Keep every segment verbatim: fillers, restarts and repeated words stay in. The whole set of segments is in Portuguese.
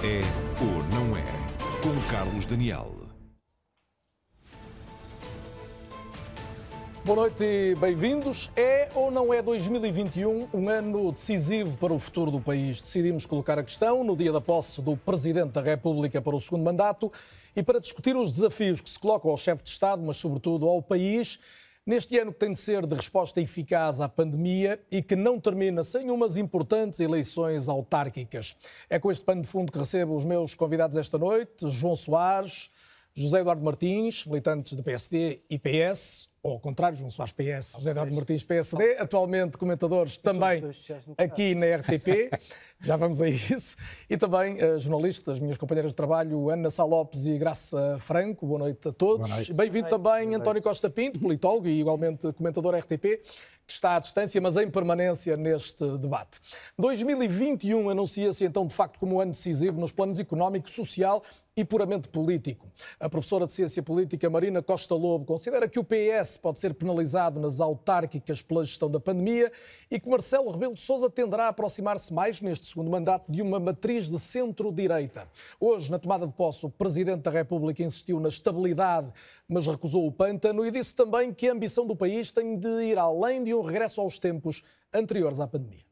É ou não é? Com Carlos Daniel. Boa noite e bem-vindos. É ou não é dois mil e vinte e um um ano decisivo para o futuro do país? Decidimos colocar a questão no dia da posse do Presidente da República para o segundo mandato e para discutir os desafios que se colocam ao chefe de Estado, mas sobretudo ao país, neste ano que tem de ser de resposta eficaz à pandemia e que não termina sem umas importantes eleições autárquicas. É com este pano de fundo que recebo os meus convidados esta noite, João Soares, José Eduardo Martins, militantes de P S D e P S, ou ao contrário, João Soares P S, José Eduardo Martins P S D, atualmente comentadores também aqui na R T P, já vamos a isso, e também uh, jornalistas, minhas companheiras de trabalho, Ana Sá Lopes e Graça Franco, boa noite a todos. Bem-vindo também António Costa Pinto, politólogo e igualmente comentador R T P, que está à distância, mas em permanência neste debate. dois mil e vinte e um anuncia-se então de facto como um ano decisivo nos planos económico, social e puramente político. A professora de Ciência Política Marina Costa Lobo considera que o P S pode ser penalizado nas autárquicas pela gestão da pandemia e que Marcelo Rebelo de Sousa tenderá a aproximar-se mais neste segundo mandato de uma matriz de centro-direita. Hoje, na tomada de posse, o Presidente da República insistiu na estabilidade, mas recusou o pântano e disse também que a ambição do país tem de ir além de um regresso aos tempos anteriores à pandemia.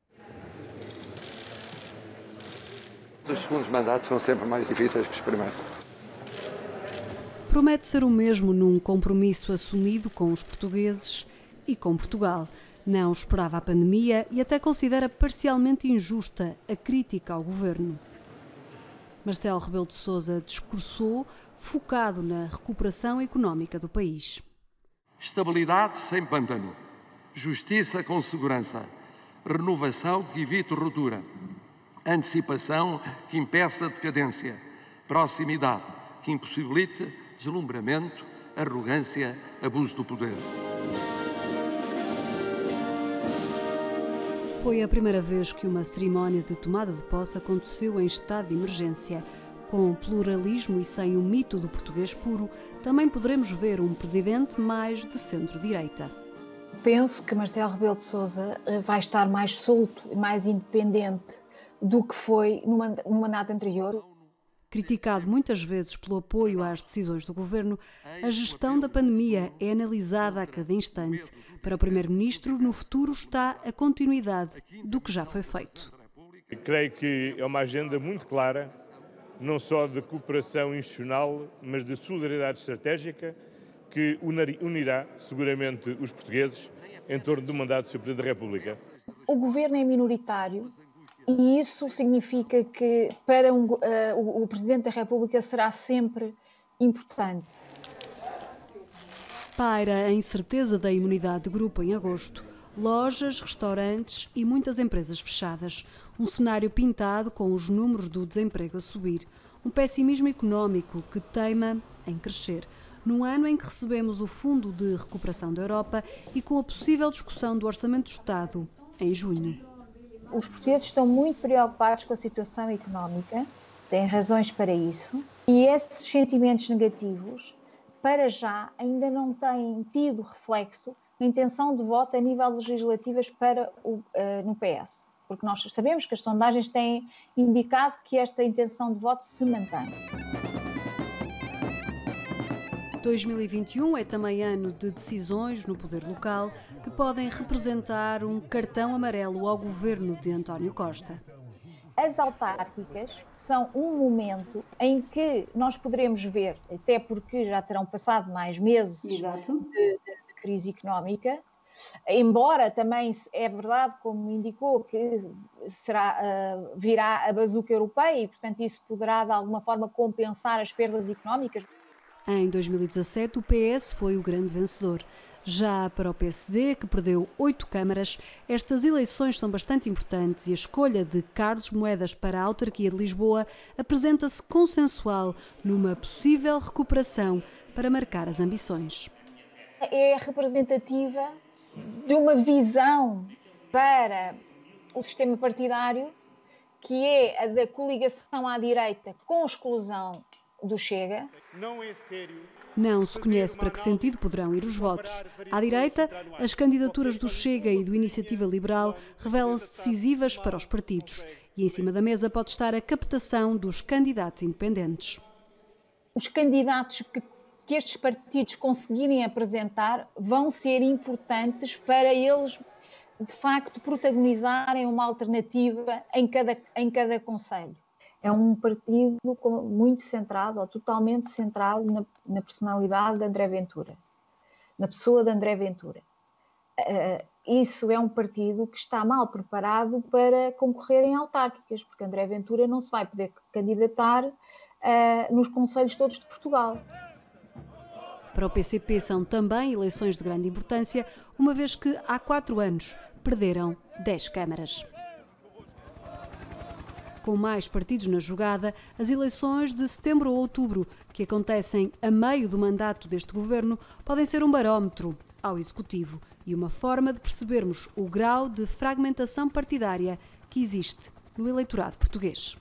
Os segundos mandatos são sempre mais difíceis que os primeiros. Promete ser o mesmo num compromisso assumido com os portugueses e com Portugal. Não esperava a pandemia e até considera parcialmente injusta a crítica ao governo. Marcelo Rebelo de Sousa discursou focado na recuperação económica do país. Estabilidade sem pântano, justiça com segurança, renovação que evite ruptura, antecipação que impeça decadência, proximidade que impossibilite deslumbramento, arrogância, abuso do poder. Foi a primeira vez que uma cerimónia de tomada de posse aconteceu em estado de emergência. Com pluralismo e sem o mito do português puro, também poderemos ver um presidente mais de centro-direita. Penso que Marcelo Rebelo de Sousa vai estar mais solto e mais independente do que foi no mandato anterior. Criticado muitas vezes pelo apoio às decisões do governo, a gestão da pandemia é analisada a cada instante. Para o primeiro-ministro, no futuro está a continuidade do que já foi feito. Creio que é uma agenda muito clara, não só de cooperação institucional, mas de solidariedade estratégica, que unirá seguramente os portugueses em torno do mandato do senhor Presidente da República. O governo é minoritário. E isso significa que para um, uh, o, o Presidente da República será sempre importante. Paira a incerteza da imunidade de grupo em agosto. Lojas, restaurantes e muitas empresas fechadas. Um cenário pintado com os números do desemprego a subir. Um pessimismo económico que teima em crescer. Num ano em que recebemos o Fundo de Recuperação da Europa e com a possível discussão do Orçamento do Estado em junho. Os portugueses estão muito preocupados com a situação económica, têm razões para isso, e esses sentimentos negativos, para já, ainda não têm tido reflexo na intenção de voto a nível legislativas para o, uh, no P S. Porque nós sabemos que as sondagens têm indicado que esta intenção de voto se mantém. dois mil e vinte e um é também ano de decisões no poder local que podem representar um cartão amarelo ao governo de António Costa. As autárquicas são um momento em que nós poderemos ver, até porque já terão passado mais meses de, de, de crise económica, embora também é verdade, como indicou, que será, uh, virá a bazuca europeia e, portanto, isso poderá de alguma forma compensar as perdas económicas. Em dois mil e dezassete, o P S foi o grande vencedor. Já para o P S D, que perdeu oito câmaras, estas eleições são bastante importantes e a escolha de Carlos Moedas para a autarquia de Lisboa apresenta-se consensual numa possível recuperação para marcar as ambições. É representativa de uma visão para o sistema partidário, que é a da coligação à direita com exclusão do Chega. Não é sério Não se conhece para que sentido poderão ir os votos. À direita, as candidaturas do Chega e do Iniciativa Liberal revelam-se decisivas para os partidos. E em cima da mesa pode estar a captação dos candidatos independentes. Os candidatos que, que estes partidos conseguirem apresentar vão ser importantes para eles, de facto, protagonizarem uma alternativa em cada, em cada concelho. É um partido muito centrado, ou totalmente centrado na, na personalidade de André Ventura, na pessoa de André Ventura. Uh, isso é um partido que está mal preparado para concorrer em autárquicas, porque André Ventura não se vai poder candidatar uh, nos concelhos todos de Portugal. Para o P C P são também eleições de grande importância, uma vez que há quatro anos perderam dez câmaras. Com mais partidos na jogada, as eleições de setembro ou outubro, que acontecem a meio do mandato deste governo, podem ser um barómetro ao Executivo e uma forma de percebermos o grau de fragmentação partidária que existe no eleitorado português.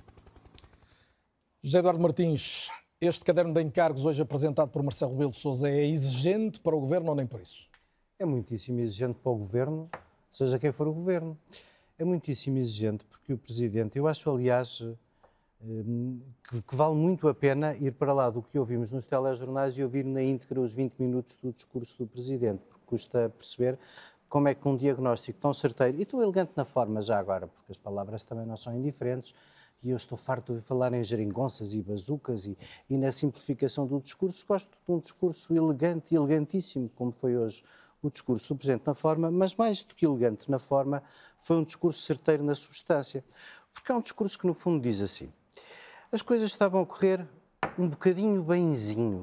José Eduardo Martins, este caderno de encargos hoje apresentado por Marcelo Rebelo de Sousa é exigente para o governo ou nem por isso? É muitíssimo exigente para o governo, seja quem for o governo. É muitíssimo exigente porque o Presidente, eu acho aliás que, que vale muito a pena ir para lá do que ouvimos nos telejornais e ouvir na íntegra os vinte minutos do discurso do Presidente, porque custa perceber como é que um diagnóstico tão certeiro e tão elegante na forma já agora, porque as palavras também não são indiferentes, e eu estou farto de falar em geringonças e bazucas e, e na simplificação do discurso, gosto de um discurso elegante e elegantíssimo, como foi hoje o discurso do Presidente na forma, mas mais do que elegante na forma, foi um discurso certeiro na substância. Porque é um discurso que, no fundo, diz assim: as coisas estavam a correr um bocadinho benzinho,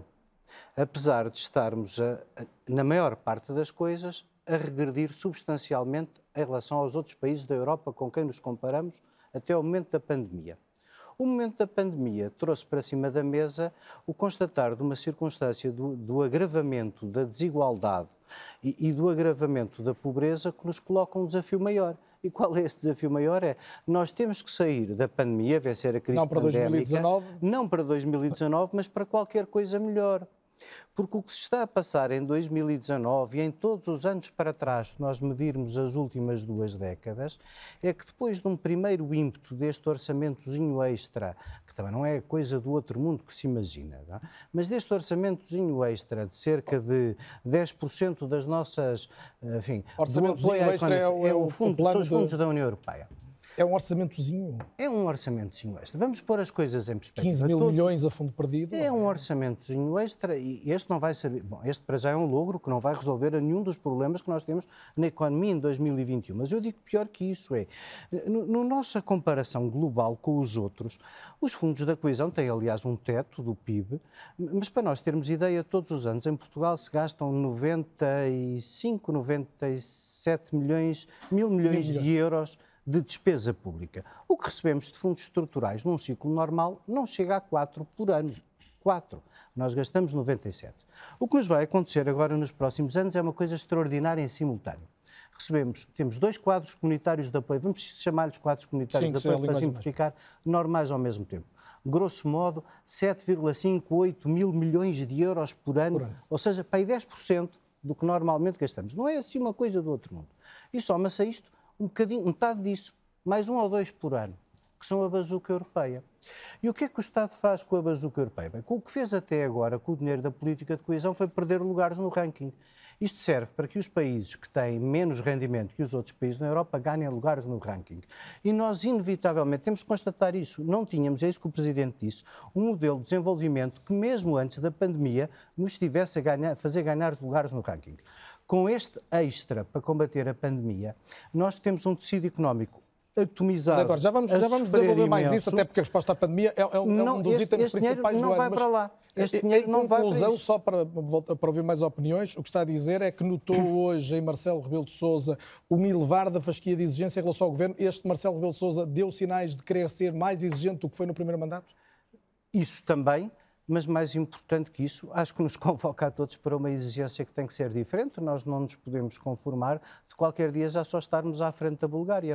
apesar de estarmos, a, a, na maior parte das coisas, a regredir substancialmente em relação aos outros países da Europa com quem nos comparamos até ao momento da pandemia. O momento da pandemia trouxe para cima da mesa o constatar de uma circunstância do, do agravamento da desigualdade e, e do agravamento da pobreza que nos coloca um desafio maior. E qual é esse desafio maior? É, nós temos que sair da pandemia, vencer a crise não para pandémica, dois mil e dezanove. Não para dois mil e dezanove, mas para qualquer coisa melhor. Porque o que se está a passar em dois mil e dezanove e em todos os anos para trás, se nós medirmos as últimas duas décadas, é que depois de um primeiro ímpeto deste orçamentozinho extra, que também não é coisa do outro mundo que se imagina, não é? Mas deste orçamentozinho extra de cerca de dez por cento das nossas, enfim, orçamentozinho extra é o, é o fundo, o são os fundos de... da União Europeia. É um orçamentozinho? É um orçamentozinho extra. Vamos pôr as coisas em perspectiva. quinze mil Todos... milhões a fundo perdido? É um orçamentozinho extra e este não vai servir... Bom, este para já é um logro que não vai resolver a nenhum dos problemas que nós temos na economia em dois mil e vinte e um. Mas eu digo pior que isso é, no, no nossa comparação global com os outros, os fundos da coesão têm, aliás, um teto do P I B, mas para nós termos ideia, todos os anos em Portugal se gastam noventa e cinco, noventa e sete milhões, mil milhões de euros de despesa pública. O que recebemos de fundos estruturais num ciclo normal não chega a quatro por ano. quatro. Nós gastamos noventa e sete. O que nos vai acontecer agora nos próximos anos é uma coisa extraordinária em simultâneo. Recebemos, temos dois quadros comunitários de apoio, vamos chamar-lhes quadros comunitários Sim, de apoio para simplificar, normais ao mesmo tempo. Grosso modo, sete vírgula cinco, oito mil milhões de euros por ano, por ano. Ou seja, para aí dez por cento do que normalmente gastamos. Não é assim uma coisa do outro mundo. E soma-se a isto um bocadinho, metade disso, mais um ou dois por ano, que são a bazuca europeia. E o que é que o Estado faz com a bazuca europeia? Bem, com o que fez até agora com o dinheiro da política de coesão foi perder lugares no ranking. Isto serve para que os países que têm menos rendimento que os outros países na Europa ganhem lugares no ranking. E nós, inevitavelmente, temos que constatar isso. Não tínhamos, é isso que o Presidente disse, um modelo de desenvolvimento que, mesmo antes da pandemia, nos estivesse a ganhar, fazer ganhar os lugares no ranking. Com este extra para combater a pandemia, nós temos um tecido económico atomizado. Eduardo, já vamos, já vamos desenvolver mais isso, até porque a resposta à pandemia é, é, não, é um dos este, itens este principais não do ano. vai para lá. Este em, dinheiro em não vai conclusão, para isso. só para, para ouvir mais opiniões, o que está a dizer é que notou hoje em Marcelo Rebelo de Sousa um elevar da fasquia de exigência em relação ao Governo. Este Marcelo Rebelo de Sousa deu sinais de querer ser mais exigente do que foi no primeiro mandato? Isso também. Mas mais importante que isso, acho que nos convoca a todos para uma exigência que tem que ser diferente. Nós não nos podemos conformar de qualquer dia já só estarmos à frente da Bulgária, não é?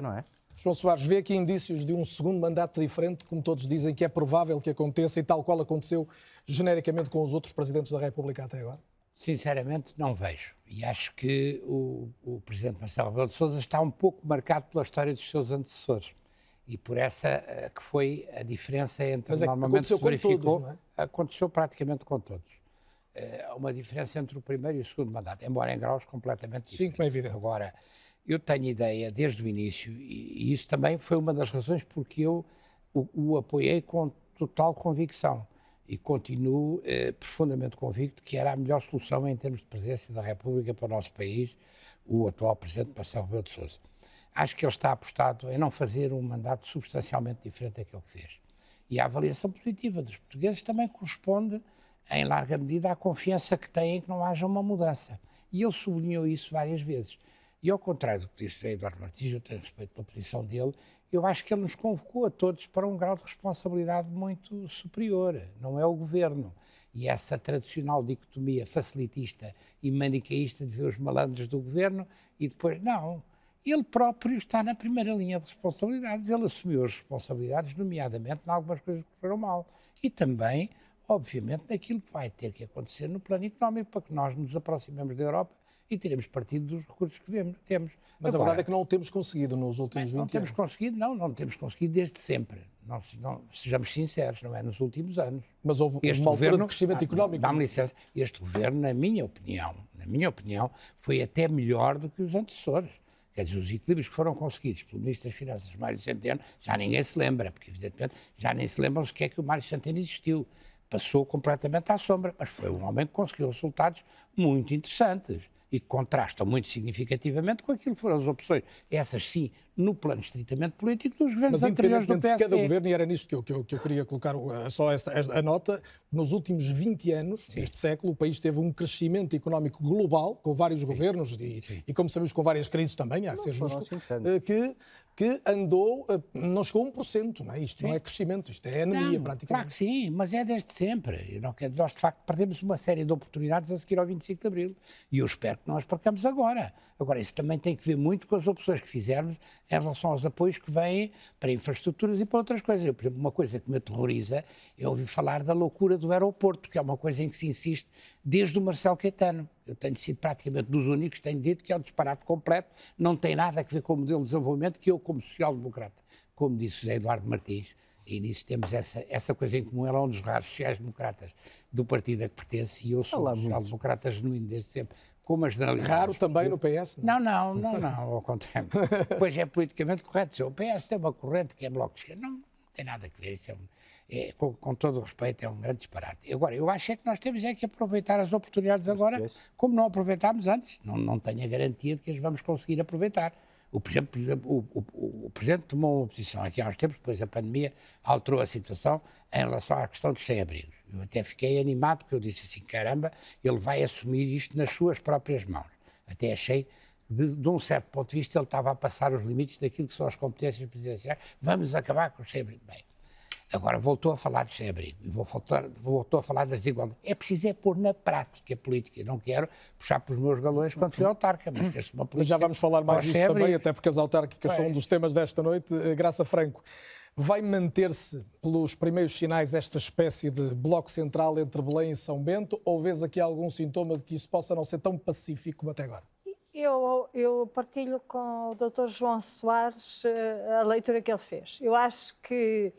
João Soares, vê aqui indícios de um segundo mandato diferente, como todos dizem que é provável que aconteça e tal qual aconteceu genericamente com os outros presidentes da República até agora? Sinceramente, não vejo. E acho que o, o Presidente Marcelo Rebelo de Sousa está um pouco marcado pela história dos seus antecessores. E por essa uh, que foi a diferença entre Mas é que normalmente se verificou. Todos, não é? Aconteceu praticamente com todos. Uh, uma diferença entre o primeiro e o segundo mandato, embora em graus completamente diferentes. Sim, como é evidente. Agora, eu tenho ideia desde o início, e, e isso também foi uma das razões porque eu o, o apoiei com total convicção. E continuo eh, profundamente convicto que era a melhor solução em termos de presidência da República para o nosso país, o atual Presidente Marcelo Rebelo de Sousa. Acho que ele está apostado em não fazer um mandato substancialmente diferente daquele que fez. E a avaliação positiva dos portugueses também corresponde, em larga medida, à confiança que têm em que não haja uma mudança. E ele sublinhou isso várias vezes. E ao contrário do que disse o Eduardo Martins, eu tenho respeito pela posição dele, eu acho que ele nos convocou a todos para um grau de responsabilidade muito superior, não é o governo. E essa tradicional dicotomia facilitista e manicaísta de ver os malandros do governo e depois, não. Ele próprio está na primeira linha de responsabilidades, ele assumiu as responsabilidades, nomeadamente em algumas coisas que correram mal. E também, obviamente, naquilo que vai ter que acontecer no plano económico para que nós nos aproximemos da Europa e teremos partido dos recursos que vemos, temos. Mas Agora, a verdade é que não o temos conseguido nos últimos vinte anos. Não temos conseguido, não, não temos conseguido desde sempre. Não, não, sejamos sinceros, não é nos últimos anos. Mas houve este uma governo, altura de crescimento ah, económico. Dá-me licença, este governo, na minha opinião, na minha opinião, foi até melhor do que os antecessores. Quer dizer, os equilíbrios que foram conseguidos pelo Ministro das Finanças, Mário Centeno, já ninguém se lembra, porque evidentemente já nem se lembram sequer que o Mário Centeno existiu. Passou completamente à sombra, mas foi um homem que conseguiu resultados muito interessantes e que contrastam muito significativamente com aquilo que foram as opções, essas sim, no plano estritamente político dos governos anteriores do P S D. Mas independentemente de cada governo, e era nisto que eu, que eu, que eu queria colocar só esta, esta, a nota, nos últimos vinte anos sim. deste século, o país teve um crescimento económico global, com vários sim. governos e, e, como sabemos, com várias crises também, há que ser justo, assim que, que andou, não chegou a um por cento, não é? Isto sim. não é crescimento, isto é anemia, não, praticamente. Claro que sim, mas é desde sempre. Não, nós, de facto, perdemos uma série de oportunidades a seguir ao vinte e cinco de Abril. E eu espero que nós percamos agora. Agora, isso também tem que ver muito com as opções que fizermos em relação aos apoios que vêm para infraestruturas e para outras coisas. Eu, por exemplo, uma coisa que me aterroriza é ouvir falar da loucura do aeroporto, que é uma coisa em que se insiste desde o Marcelo Caetano. Eu tenho sido praticamente dos únicos que tenho dito que é um disparate completo, não tem nada a ver com o modelo de desenvolvimento que eu, como social-democrata, como disse José Eduardo Martins, e nisso temos essa, essa coisa em comum, ele é um dos raros sociais-democratas do partido a que pertence, e eu sou um social-democrata genuíno desde sempre. Com Raro também no P S? Não, não, não, não, ao contrário. Pois é politicamente correto. O P S tem uma corrente que é bloco de esquerda. Não, não tem nada a ver. Isso é, um, é com, com todo o respeito, é um grande disparate. Agora, eu acho é que nós temos é que aproveitar as oportunidades agora, como não aproveitámos antes. Não, não tenho a garantia de que as vamos conseguir aproveitar. O, por exemplo, por exemplo o, o, o Presidente tomou uma posição aqui há uns tempos, depois a pandemia alterou a situação em relação à questão dos sem-abrigos. Eu até fiquei animado, porque eu disse assim, caramba, ele vai assumir isto nas suas próprias mãos. Até achei, de, de um certo ponto de vista, ele estava a passar os limites daquilo que são as competências presidenciais. Vamos acabar com os sem-abrigos. Bem, agora voltou a falar dos sem-abrigo e voltou a falar das desigualdades. É preciso é pôr na prática política. Eu não quero puxar para os meus galões quando fui autarca, mas fez-se uma política. Mas já vamos falar mais disso também, até porque as autárquicas são um dos temas desta noite. Graça Franco, vai manter-se pelos primeiros sinais esta espécie de bloco central entre Belém e São Bento, ou vês aqui algum sintoma de que isso possa não ser tão pacífico como até agora? Eu, eu partilho com o doutor João Soares a leitura que ele fez. Eu acho que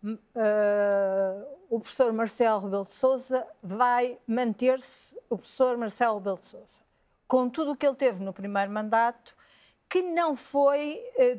Uh, o professor Marcelo Rebelo de Sousa vai manter-se o professor Marcelo Rebelo de Sousa, com tudo o que ele teve no primeiro mandato, que não foi uh,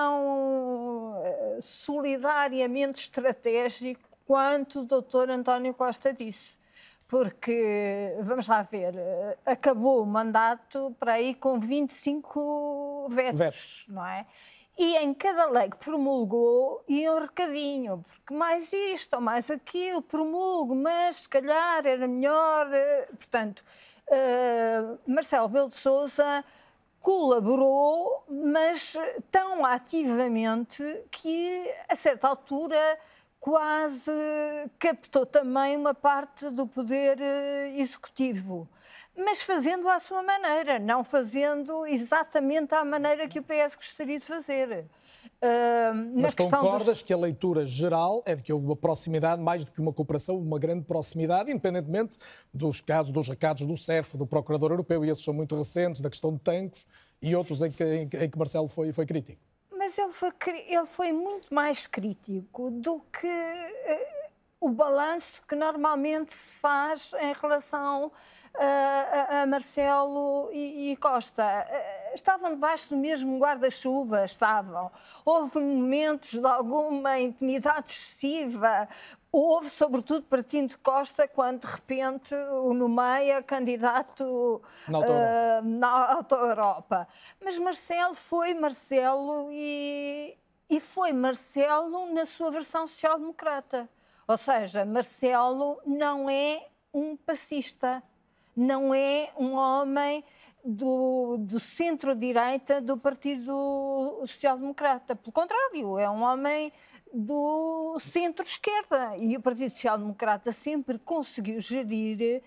tão uh, solidariamente estratégico quanto o doutor António Costa disse. Porque, vamos lá ver, uh, acabou o mandato para aí com vinte e cinco vetos, vetos. não é? E em cada lei que promulgou ia um recadinho, porque mais isto ou mais aquilo, promulgo, mas se calhar era melhor. Portanto, uh, Marcelo Rebelo de Sousa colaborou, mas tão ativamente que, a certa altura, quase captou também uma parte do poder executivo. mas fazendo à sua maneira, não fazendo exatamente à maneira que o P S gostaria de fazer. Uh, na Mas concordas dos... que a leitura geral é de que houve uma proximidade, mais do que uma cooperação, uma grande proximidade, independentemente dos casos, dos recados do C E F, do Procurador Europeu, e esses são muito recentes, da questão de Tancos, e outros em que, em que, em que Marcelo foi, foi crítico? Mas ele foi, ele foi muito mais crítico do que uh, o balanço que normalmente se faz em relação uh, a, a Marcelo e, e Costa. Uh, estavam debaixo do mesmo guarda-chuva, estavam. Houve momentos de alguma intimidade excessiva. Houve, sobretudo, para Pinto Costa, quando, de repente, o nomeia candidato na Auto-Europa. Uh, na Auto-Europa. Mas Marcelo foi Marcelo e, e foi Marcelo na sua versão social-democrata. Ou seja, Marcelo não é um passista, não é um homem do, do centro-direita do Partido Social-Democrata. Pelo contrário, é um homem do centro-esquerda. E o Partido Social-Democrata sempre conseguiu gerir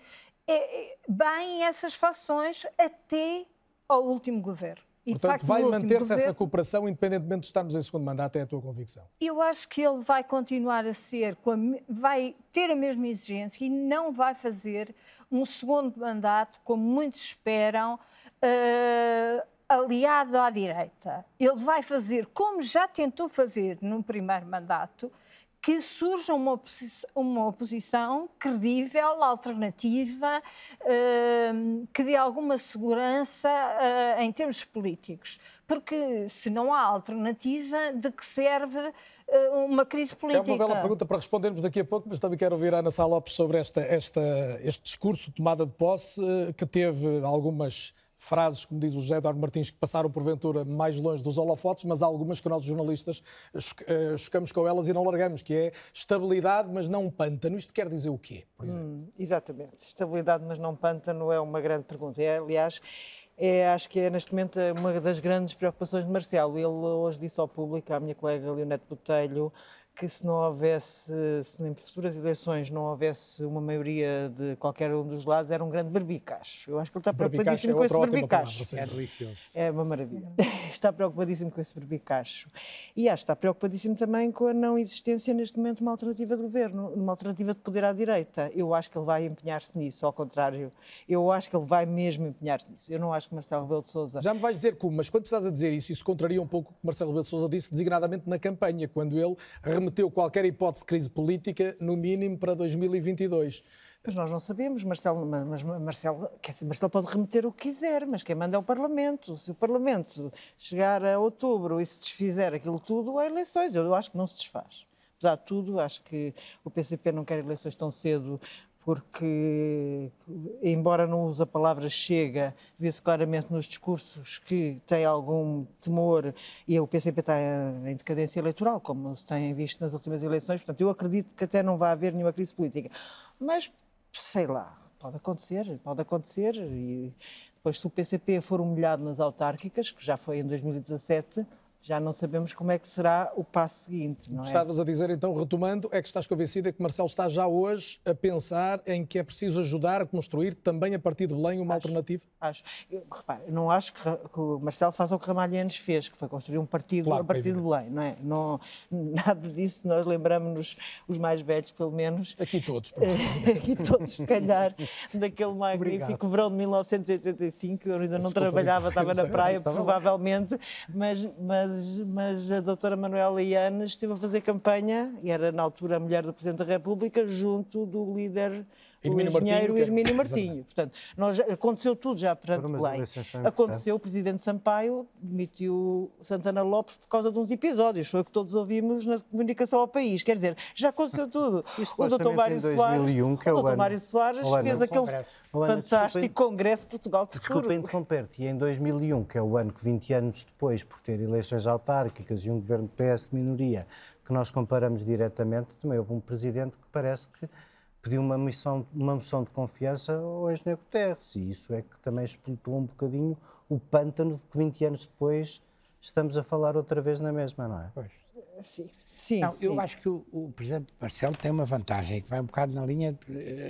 bem essas fações até ao último governo. E, portanto, facto, vai manter-se governo, essa cooperação, independentemente de estarmos em segundo mandato, é a tua convicção? Eu acho que ele vai continuar a ser, com a, vai ter a mesma exigência e não vai fazer um segundo mandato, como muitos esperam, uh, aliado à direita. Ele vai fazer, como já tentou fazer no primeiro mandato, que surja uma oposição, uma oposição credível, alternativa, uh, que dê alguma segurança uh, em termos políticos. Porque se não há alternativa, de que serve uh, uma crise política? É uma bela pergunta para respondermos daqui a pouco, mas também quero ouvir a Ana Sá Lopes sobre esta, esta, este discurso de tomada de posse, uh, que teve algumas frases, como diz o José Eduardo Martins, que passaram porventura mais longe dos holofotes, mas há algumas que nós jornalistas chocamos com elas e não largamos, que é estabilidade, mas não um pântano. Isto quer dizer o quê, por exemplo? Hum, exatamente. Estabilidade, mas não pântano é uma grande pergunta. É, aliás, é, acho que é neste momento uma das grandes preocupações de Marcelo. Ele hoje disse ao público, à minha colega Leonete Botelho, que se não houvesse, se em futuras eleições não houvesse uma maioria de qualquer um dos lados, era um grande berbicacho. Eu acho que ele está preocupadíssimo com esse berbicacho. É delicioso. É uma maravilha. Está preocupadíssimo com esse berbicacho. E acho que está preocupadíssimo também com a não existência, neste momento, de uma alternativa de governo, uma alternativa de poder à direita. Eu acho que ele vai empenhar-se nisso, ao contrário. Eu acho que ele vai mesmo empenhar-se nisso. Eu não acho que Marcelo Rebelo de Sousa... Já me vais dizer como, mas quando estás a dizer isso, isso contraria um pouco o que Marcelo Rebelo de Sousa disse designadamente na campanha, quando ele remeteu qualquer hipótese de crise política, no mínimo, para dois mil e vinte e dois. Mas nós não sabemos, Marcelo, mas Marcelo, quer dizer, Marcelo pode remeter o que quiser, mas quem manda é o Parlamento. Se o Parlamento chegar a outubro e se desfizer aquilo tudo, há eleições. Eu acho que não se desfaz. Apesar de tudo, acho que o P C P não quer eleições tão cedo, porque, embora não use a palavra chega, vê-se claramente nos discursos que tem algum temor e o P C P está em decadência eleitoral, como se tem visto nas últimas eleições. Portanto, eu acredito que até não vai haver nenhuma crise política. Mas, sei lá, pode acontecer, pode acontecer. E depois, se o P C P for humilhado nas autárquicas, que já foi em dois mil e dezassete, já não sabemos como é que será o passo seguinte. Não é? Estavas a dizer, então, retomando, é que estás convencida que Marcelo está já hoje a pensar em que é preciso ajudar a construir também a partir de Belém uma acho, alternativa? Acho. Eu, repare, não acho que, que o Marcelo faça o que Ramalhianos fez, que foi construir um partido claro, a partir de Belém, não é? Não, nada disso, nós lembramos-nos, os mais velhos pelo menos. Aqui todos. Aqui todos, se calhar, daquele magnífico Obrigado. Verão de mil novecentos e oitenta e cinco, eu ainda não Desculpa, trabalhava, estava na praia, provavelmente, mas, mas mas a doutora Manuela Ianes esteve a fazer campanha, e era na altura a mulher do Presidente da República, junto do líder, Hermínio o engenheiro Martinho, Hermínio Martinho. Portanto, nós, aconteceu tudo já perante Belém. Aconteceu, o Presidente Sampaio demitiu Santana Lopes por causa de uns episódios, foi o que todos ouvimos na comunicação ao país. Quer dizer, já aconteceu tudo. O doutor Mário Soares, o doutor Mário Soares fez aquele fantástico Congresso Portugal Futuro. Desculpa interromper-te, e em dois mil e um, que é o ano que vinte anos depois, por ter eleições autárquicas e um governo P S de minoria, que nós comparamos diretamente, também houve um presidente que parece que pediu uma moção, uma moção de confiança ao engenheiro Guterres, e isso é que também explotou um bocadinho o pântano de que vinte anos depois estamos a falar outra vez na mesma, não é? Pois. Sim. Sim, não, sim. Eu acho que o, o Presidente Marcelo tem uma vantagem, que vai um bocado na linha de,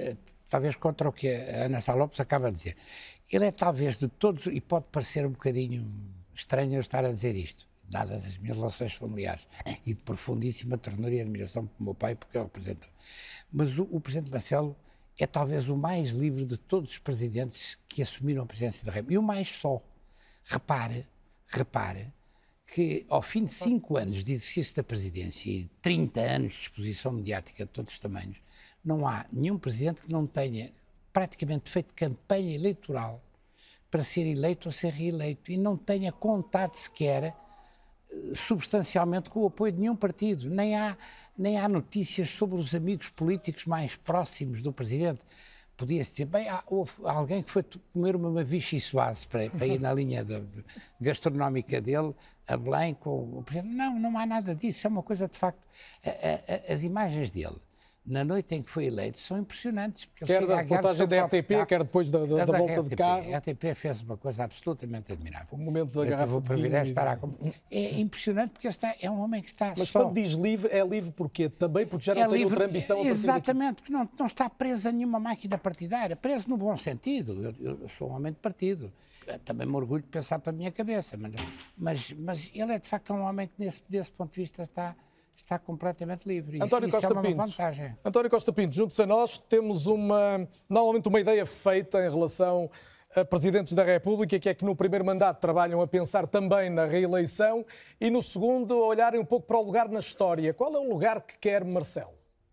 talvez contra o que a Ana Sá Lopes acaba de dizer. Ele é talvez de todos, e pode parecer um bocadinho estranho eu estar a dizer isto, dadas as minhas relações familiares e de profundíssima ternura e admiração pelo meu pai, porque ele representou. Mas o, o Presidente Marcelo é talvez o mais livre de todos os presidentes que assumiram a presidência da República. E o mais só. Repare, repare, que ao fim de cinco anos de exercício da presidência e trinta anos de exposição mediática de todos os tamanhos, não há nenhum presidente que não tenha praticamente feito campanha eleitoral para ser eleito ou ser reeleito e não tenha contado sequer substancialmente com o apoio de nenhum partido. Nem há, nem há notícias sobre os amigos políticos mais próximos do presidente. Podia-se dizer, bem, há, houve alguém que foi comer uma vichy soise para, para ir na linha de, gastronómica dele, a Belém, com o presidente. Não, não há nada disso, é uma coisa de facto. A, a, as imagens dele, na noite em que foi eleito, são impressionantes. Porque quer da reportagem da R T P, quer depois da, da, da volta R T P, de carro. A R T P fez uma coisa absolutamente admirável. O momento da garrafa de vinho. Estar a... É impressionante porque está, é um homem que está Mas só... quando diz livre, é livre porquê? Também porque já não é tem livre, outra ambição. é, exatamente, porque não, não está preso a nenhuma máquina partidária. Preso no bom sentido. Eu, eu sou um homem de partido. Também me orgulho de pensar para a minha cabeça. Mas, mas, mas ele é de facto um homem que nesse, desse ponto de vista está... está completamente livre. António isso, Costa isso é uma Pinto. vantagem. António Costa Pinto, junto-se a nós, temos uma, normalmente uma ideia feita em relação a presidentes da República, que é que no primeiro mandato trabalham a pensar também na reeleição e no segundo a olharem um pouco para o lugar na história. Qual é o lugar que quer Marcelo?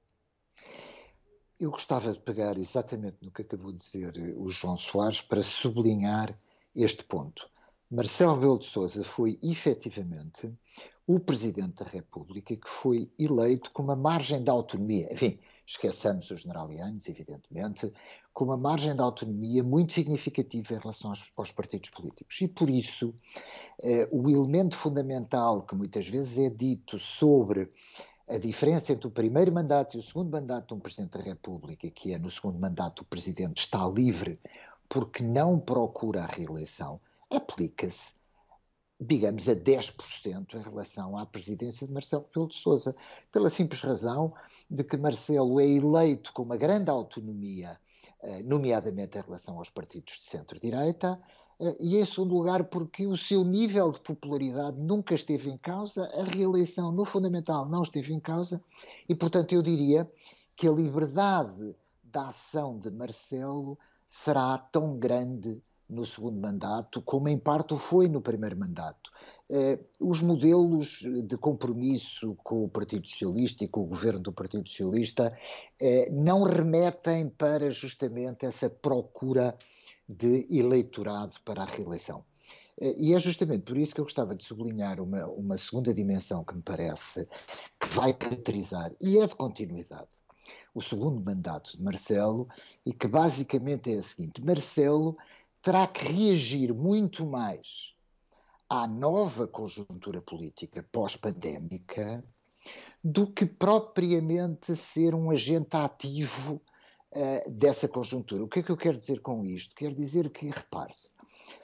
Eu gostava de pegar exatamente no que acabou de dizer o João Soares para sublinhar este ponto. Marcelo Rebelo de Sousa foi efetivamente o Presidente da República que foi eleito com uma margem de autonomia, enfim, esqueçamos os generalianos, evidentemente, com uma margem de autonomia muito significativa em relação aos, aos partidos políticos. E por isso, eh, o elemento fundamental que muitas vezes é dito sobre a diferença entre o primeiro mandato e o segundo mandato de um Presidente da República, que é no segundo mandato o Presidente está livre porque não procura a reeleição, aplica-se, digamos, a dez por cento em relação à presidência de Marcelo Rebelo de Sousa, pela simples razão de que Marcelo é eleito com uma grande autonomia, nomeadamente em relação aos partidos de centro-direita, e em segundo lugar porque o seu nível de popularidade nunca esteve em causa, a reeleição no fundamental não esteve em causa, e portanto eu diria que a liberdade da ação de Marcelo será tão grande no segundo mandato, como em parte o foi no primeiro mandato. Eh, os modelos de compromisso com o Partido Socialista e com o governo do Partido Socialista eh, não remetem para justamente essa procura de eleitorado para a reeleição. Eh, e é justamente por isso que eu gostava de sublinhar uma, uma segunda dimensão que me parece que vai caracterizar, e é de continuidade, o segundo mandato de Marcelo, e que basicamente é a seguinte: Marcelo terá que reagir muito mais à nova conjuntura política pós-pandémica do que propriamente ser um agente ativo uh, dessa conjuntura. O que é que eu quero dizer com isto? Quero dizer que, repare-se,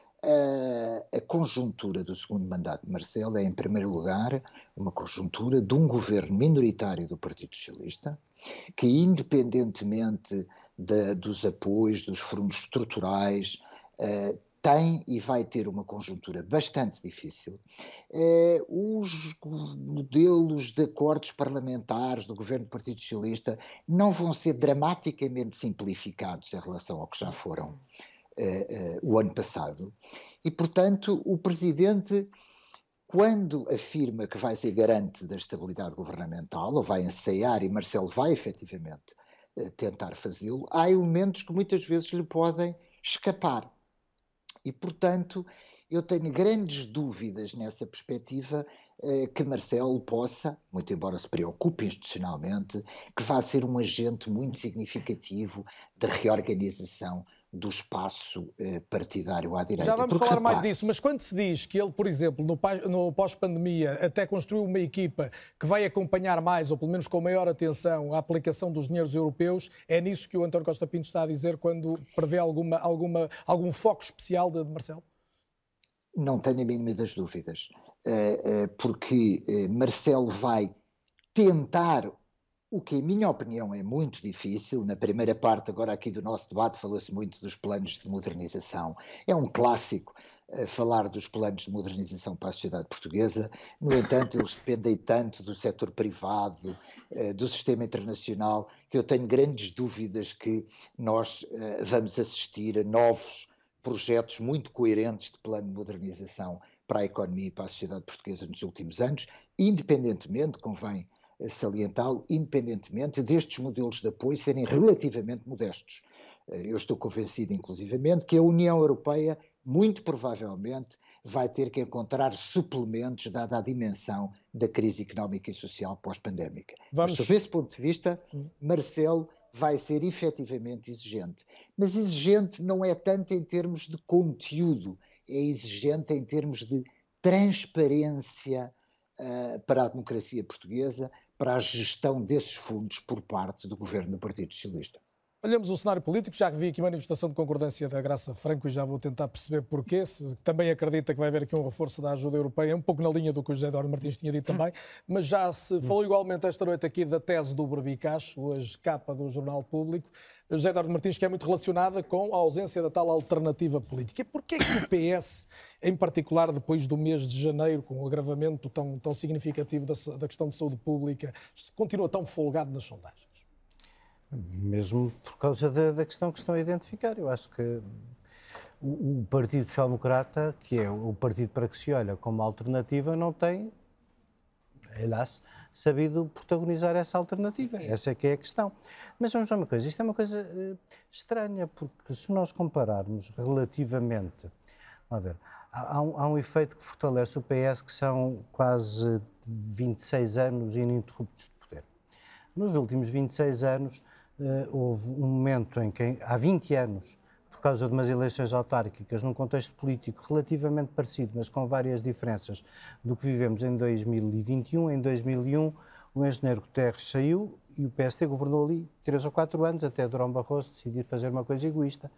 uh, a conjuntura do segundo mandato de Marcelo é, em primeiro lugar, uma conjuntura de um governo minoritário do Partido Socialista, que, independentemente de, dos apoios, dos fundos estruturais, Uh, tem e vai ter uma conjuntura bastante difícil. Uh, os modelos de acordos parlamentares do governo do Partido Socialista não vão ser dramaticamente simplificados em relação ao que já foram uh, uh, o ano passado. E, portanto, o Presidente, quando afirma que vai ser garante da estabilidade governamental, ou vai ensaiar, e Marcelo vai efetivamente uh, tentar fazê-lo, há elementos que muitas vezes lhe podem escapar. E, portanto, eu tenho grandes dúvidas nessa perspectiva eh, que Marcelo possa, muito embora se preocupe institucionalmente, que vá ser um agente muito significativo de reorganização do espaço eh, partidário à direita. Já vamos Porque, falar repare, mais disso, mas quando se diz que ele, por exemplo, no, no pós-pandemia até construiu uma equipa que vai acompanhar mais, ou pelo menos com maior atenção, a aplicação dos dinheiros europeus, é nisso que o António Costa Pinto está a dizer quando prevê alguma, alguma, algum foco especial de, de Marcelo? Não tenho a mínima das dúvidas, porque Marcelo vai tentar o que, em minha opinião, é muito difícil. Na primeira parte, agora aqui do nosso debate, falou-se muito dos planos de modernização. É um clássico uh, falar dos planos de modernização para a sociedade portuguesa. No entanto, eles dependem tanto do setor privado, uh, do sistema internacional, que eu tenho grandes dúvidas que nós uh, vamos assistir a novos projetos muito coerentes de plano de modernização para a economia e para a sociedade portuguesa nos últimos anos, independentemente, convém salientá-lo, independentemente destes modelos de apoio serem relativamente modestos. Eu estou convencido, inclusivamente, que a União Europeia, muito provavelmente, vai ter que encontrar suplementos, dada a dimensão da crise económica e social pós-pandémica. Vamos... Mas, sob esse ponto de vista, Marcelo vai ser efetivamente exigente. Mas exigente não é tanto em termos de conteúdo, é exigente em termos de transparência uh, para a democracia portuguesa, para a gestão desses fundos por parte do governo do Partido Socialista. Olhamos o cenário político, já vi aqui manifestação de concordância da Graça Franco e já vou tentar perceber porquê, se também acredita que vai haver aqui um reforço da ajuda europeia, um pouco na linha do que o José Eduardo Martins tinha dito também, mas já se falou igualmente esta noite aqui da tese do Berbicacho, hoje capa do Jornal Público, José Eduardo Martins, que é muito relacionada com a ausência da tal alternativa política. E porquê que o P S, em particular depois do mês de janeiro, com o agravamento tão, tão significativo da, da questão de saúde pública, continua tão folgado nas sondagens? Mesmo por causa da, da questão que estão a identificar. Eu acho que o, o Partido Social Democrata, que é o partido para que se olha como alternativa, não tem, aliás, sabido protagonizar essa alternativa. Essa é que é a questão. Mas vamos ver uma coisa, isto é uma coisa uh, estranha, porque se nós compararmos relativamente, vamos ver, há, há, um, há um efeito que fortalece o P S, que são quase vinte e seis anos ininterruptos de poder. Nos últimos vinte e seis anos, Uh, houve um momento em que, há vinte anos, por causa de umas eleições autárquicas, num contexto político relativamente parecido, mas com várias diferenças do que vivemos em dois mil e vinte e um, em dois mil e um, o engenheiro Guterres saiu e o P S D governou ali três ou quatro anos, até Durão Barroso decidir fazer uma coisa egoísta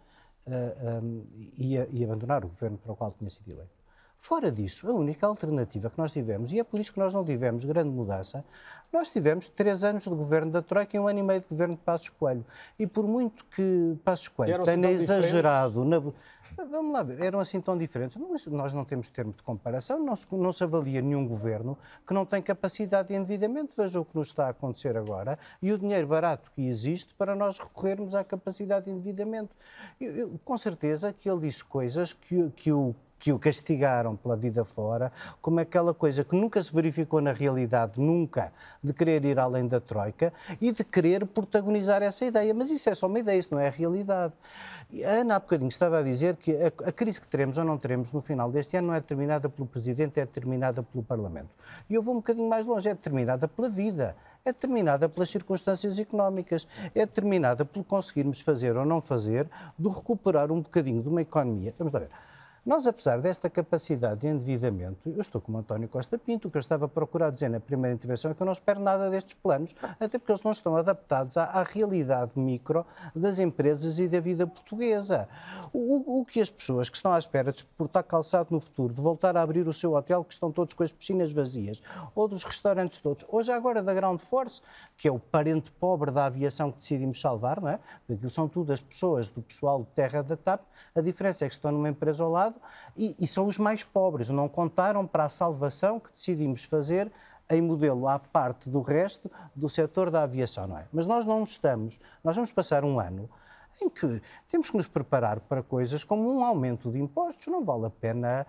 uh, um, e, e abandonar o governo para o qual tinha sido eleito. Fora disso, a única alternativa que nós tivemos, e é por isso que nós não tivemos grande mudança, nós tivemos três anos de governo da Troika e um ano e meio de governo de Passos Coelho. E por muito que Passos Coelho tenha assim exagerado... Na... Vamos lá ver, eram assim tão diferentes. Nós não temos termo de comparação, não se, não se avalia nenhum governo que não tem capacidade de endividamento. Veja o que nos está a acontecer agora e o dinheiro barato que existe para nós recorrermos à capacidade de endividamento. Eu, eu, com certeza que ele disse coisas que, que o que o castigaram pela vida fora, como aquela coisa que nunca se verificou na realidade, nunca, de querer ir além da Troika e de querer protagonizar essa ideia. Mas isso é só uma ideia, isso não é a realidade. E a Ana há bocadinho estava a dizer que a, a crise que teremos ou não teremos no final deste ano não é determinada pelo Presidente, é determinada pelo Parlamento. E eu vou um bocadinho mais longe, é determinada pela vida. É determinada pelas circunstâncias económicas, é determinada pelo conseguirmos fazer ou não fazer, de recuperar um bocadinho de uma economia. Vamos lá ver. Nós, apesar desta capacidade de endividamento, eu estou como António Costa Pinto, o que eu estava a procurar dizer na primeira intervenção é que eu não espero nada destes planos, até porque eles não estão adaptados à, à realidade micro das empresas e da vida portuguesa. O, o que as pessoas que estão à espera de exportar calçado no futuro, de voltar a abrir o seu hotel, que estão todos com as piscinas vazias, ou dos restaurantes todos, ou já agora da Ground Force, que é o parente pobre da aviação que decidimos salvar, não é? Porque são tudo as pessoas do pessoal de terra da TAP, a diferença é que estão numa empresa ao lado, E, e são os mais pobres, não contaram para a salvação que decidimos fazer em modelo à parte do resto do setor da aviação, não é? Mas nós não estamos, nós vamos passar um ano em que temos que nos preparar para coisas como um aumento de impostos, não vale a pena.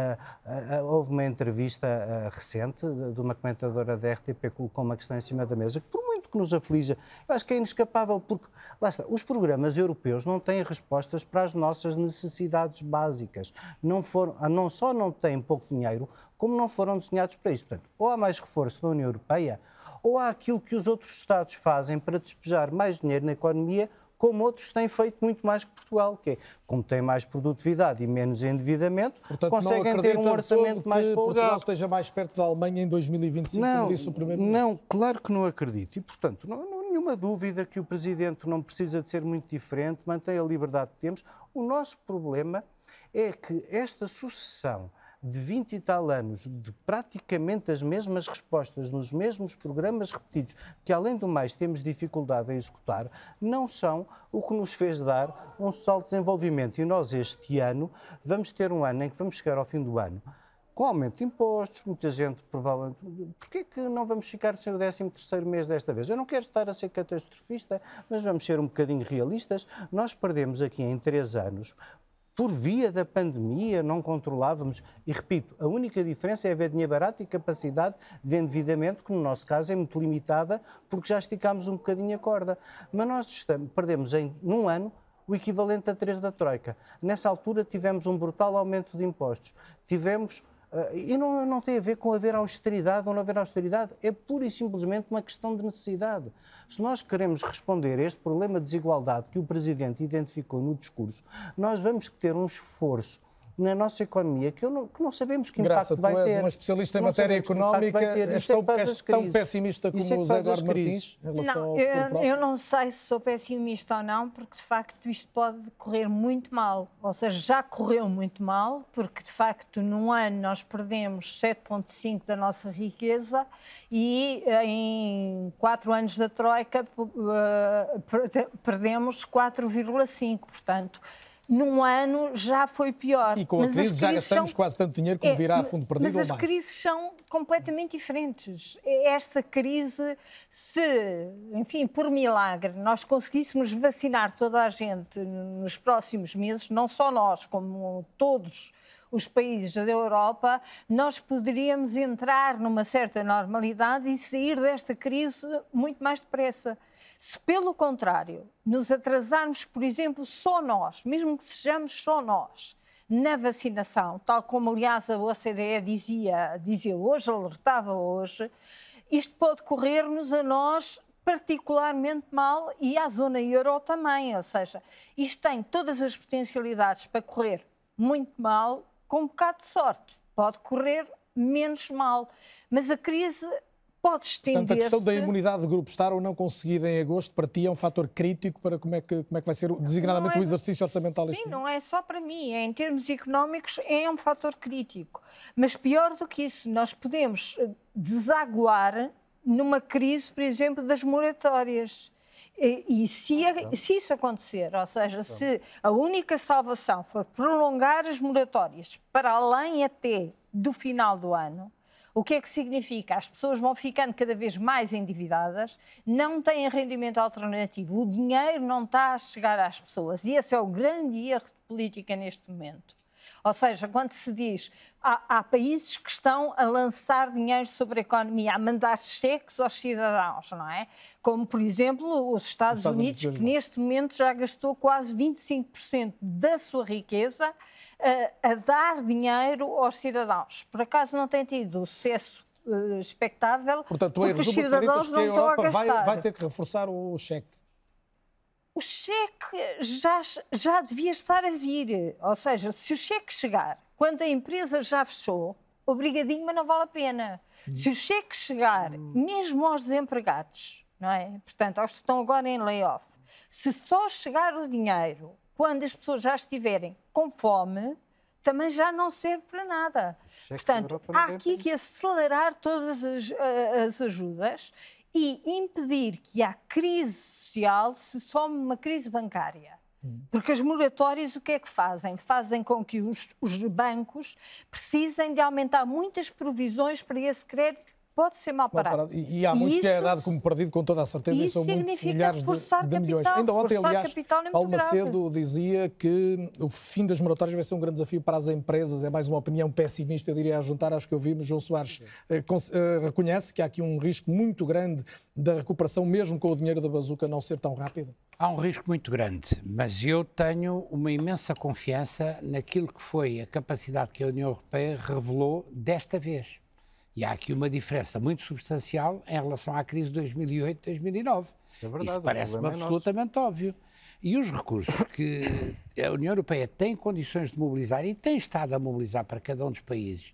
Uh, uh, uh, houve uma entrevista uh, recente de, de uma comentadora da R T P que colocou uma questão em cima da mesa que, por muito que nos aflige, eu acho que é inescapável, porque, lá está, os programas europeus não têm respostas para as nossas necessidades básicas. Não, foram, não só não têm pouco dinheiro, como não foram desenhados para isso. Portanto, ou há mais reforço da União Europeia, ou há aquilo que os outros Estados fazem para despejar mais dinheiro na economia, como outros têm feito muito mais que Portugal, que é, como tem mais produtividade e menos endividamento, portanto, conseguem ter um orçamento mais folgado. Portugal esteja mais perto da Alemanha em dois mil e vinte e cinco, não, como disse o Primeiro-Ministro? Não, claro que não acredito. E, portanto, não, não há nenhuma dúvida que o Presidente não precisa de ser muito diferente, mantém a liberdade que temos. O nosso problema é que esta sucessão de vinte e tal anos, de praticamente as mesmas respostas, nos mesmos programas repetidos, que além do mais temos dificuldade em executar, não são o que nos fez dar um salto de desenvolvimento. E nós este ano vamos ter um ano em que vamos chegar ao fim do ano com aumento de impostos, muita gente provavelmente... Porquê que não vamos ficar sem o décimo terceiro mês desta vez? Eu não quero estar a ser catastrofista, mas vamos ser um bocadinho realistas. Nós perdemos aqui em três anos... Por via da pandemia, não controlávamos. E, repito, a única diferença é haver dinheiro barato e capacidade de endividamento, que no nosso caso é muito limitada, porque já esticámos um bocadinho a corda. Mas nós estamos, perdemos em, num ano o equivalente a três da Troika. Nessa altura tivemos um brutal aumento de impostos. Tivemos... Uh, e não, não tem a ver com haver austeridade ou não haver austeridade, é pura e simplesmente uma questão de necessidade. Se nós queremos responder a este problema de desigualdade que o Presidente identificou no discurso, nós vamos ter um esforço na nossa economia que, eu não, que não sabemos que Graça, impacto vai ter. Tu és uma especialista em matéria económica, és tão, és tão pessimista como o Zé Eduardo Martins em relação ao futuro próximo? Eu não sei se sou pessimista ou não, porque de facto isto pode correr muito mal. Ou seja, já correu muito mal, porque de facto num ano nós perdemos sete vírgula cinco da nossa riqueza e em quatro anos da Troika perdemos quatro vírgula cinco, portanto... Num ano já foi pior. E com a mas crise já gastamos são... quase tanto dinheiro como virá a fundo perdido mas ou as mais. crises são completamente diferentes. Esta crise, se, enfim, por milagre, nós conseguíssemos vacinar toda a gente nos próximos meses, não só nós, como todos os países da Europa, nós poderíamos entrar numa certa normalidade e sair desta crise muito mais depressa. Se, pelo contrário, nos atrasarmos, por exemplo, só nós, mesmo que sejamos só nós, na vacinação, tal como, aliás, a O C D E dizia, dizia hoje, alertava hoje, isto pode correr-nos a nós particularmente mal e à zona euro também, ou seja, isto tem todas as potencialidades para correr muito mal, com um bocado de sorte, pode correr menos mal, mas a crise pode estender-se... Portanto, a questão da imunidade de grupo estar ou não conseguida em agosto, para ti é um fator crítico para como é que, como é que vai ser designadamente é, o exercício orçamental este Sim, ano? Não é só para mim, é, em termos económicos é um fator crítico. Mas pior do que isso, nós podemos desaguar numa crise, por exemplo, das moratórias. E, e se, se isso acontecer, ou seja, se a única salvação for prolongar as moratórias para além até do final do ano, o que é que significa? As pessoas vão ficando cada vez mais endividadas, não têm rendimento alternativo, o dinheiro não está a chegar às pessoas. E esse é o grande erro de política neste momento. Ou seja, quando se diz, há, há países que estão a lançar dinheiro sobre a economia, a mandar cheques aos cidadãos, não é? Como, por exemplo, os Estados, Estados Unidos, Unidos, que neste momento já gastou quase vinte e cinco por cento da sua riqueza a, a dar dinheiro aos cidadãos. Por acaso não tem tido o sucesso uh, expectável, Portanto, porque os cidadãos não estão a gastar. Vai, vai ter que reforçar o cheque. O cheque já, já devia estar a vir. Ou seja, se o cheque chegar quando a empresa já fechou, obrigadinho, mas não vale a pena. Hum. Se o cheque chegar hum. mesmo aos desempregados, não é? Portanto, aos que estão agora em layoff, se só chegar o dinheiro quando as pessoas já estiverem com fome, também já não serve para nada. Portanto, há aqui que acelerar todas as, as ajudas e impedir que a crise social se some uma crise bancária. Hum. Porque as moratórias o que é que fazem? Fazem com que os, os bancos precisem de aumentar muitas provisões para esse crédito que pode ser mal parado. Mal parado. E, e há muito que é dado como perdido com toda a certeza, e são muitos milhares de, de milhões. Ainda ontem, aliás, Paulo Macedo dizia que o fim das moratórias vai ser um grande desafio para as empresas. É mais uma opinião pessimista, eu diria, a juntar às que ouvimos. João Soares eh, eh, reconhece que há aqui um risco muito grande da recuperação, mesmo com o dinheiro da bazuca, não ser tão rápido? Há um risco muito grande, mas eu tenho uma imensa confiança naquilo que foi a capacidade que a União Europeia revelou desta vez. E há aqui uma diferença muito substancial em relação à crise de dois mil e oito, dois mil e nove. É verdade, isso parece-me absolutamente óbvio. E os recursos que a União Europeia tem condições de mobilizar e tem estado a mobilizar para cada um dos países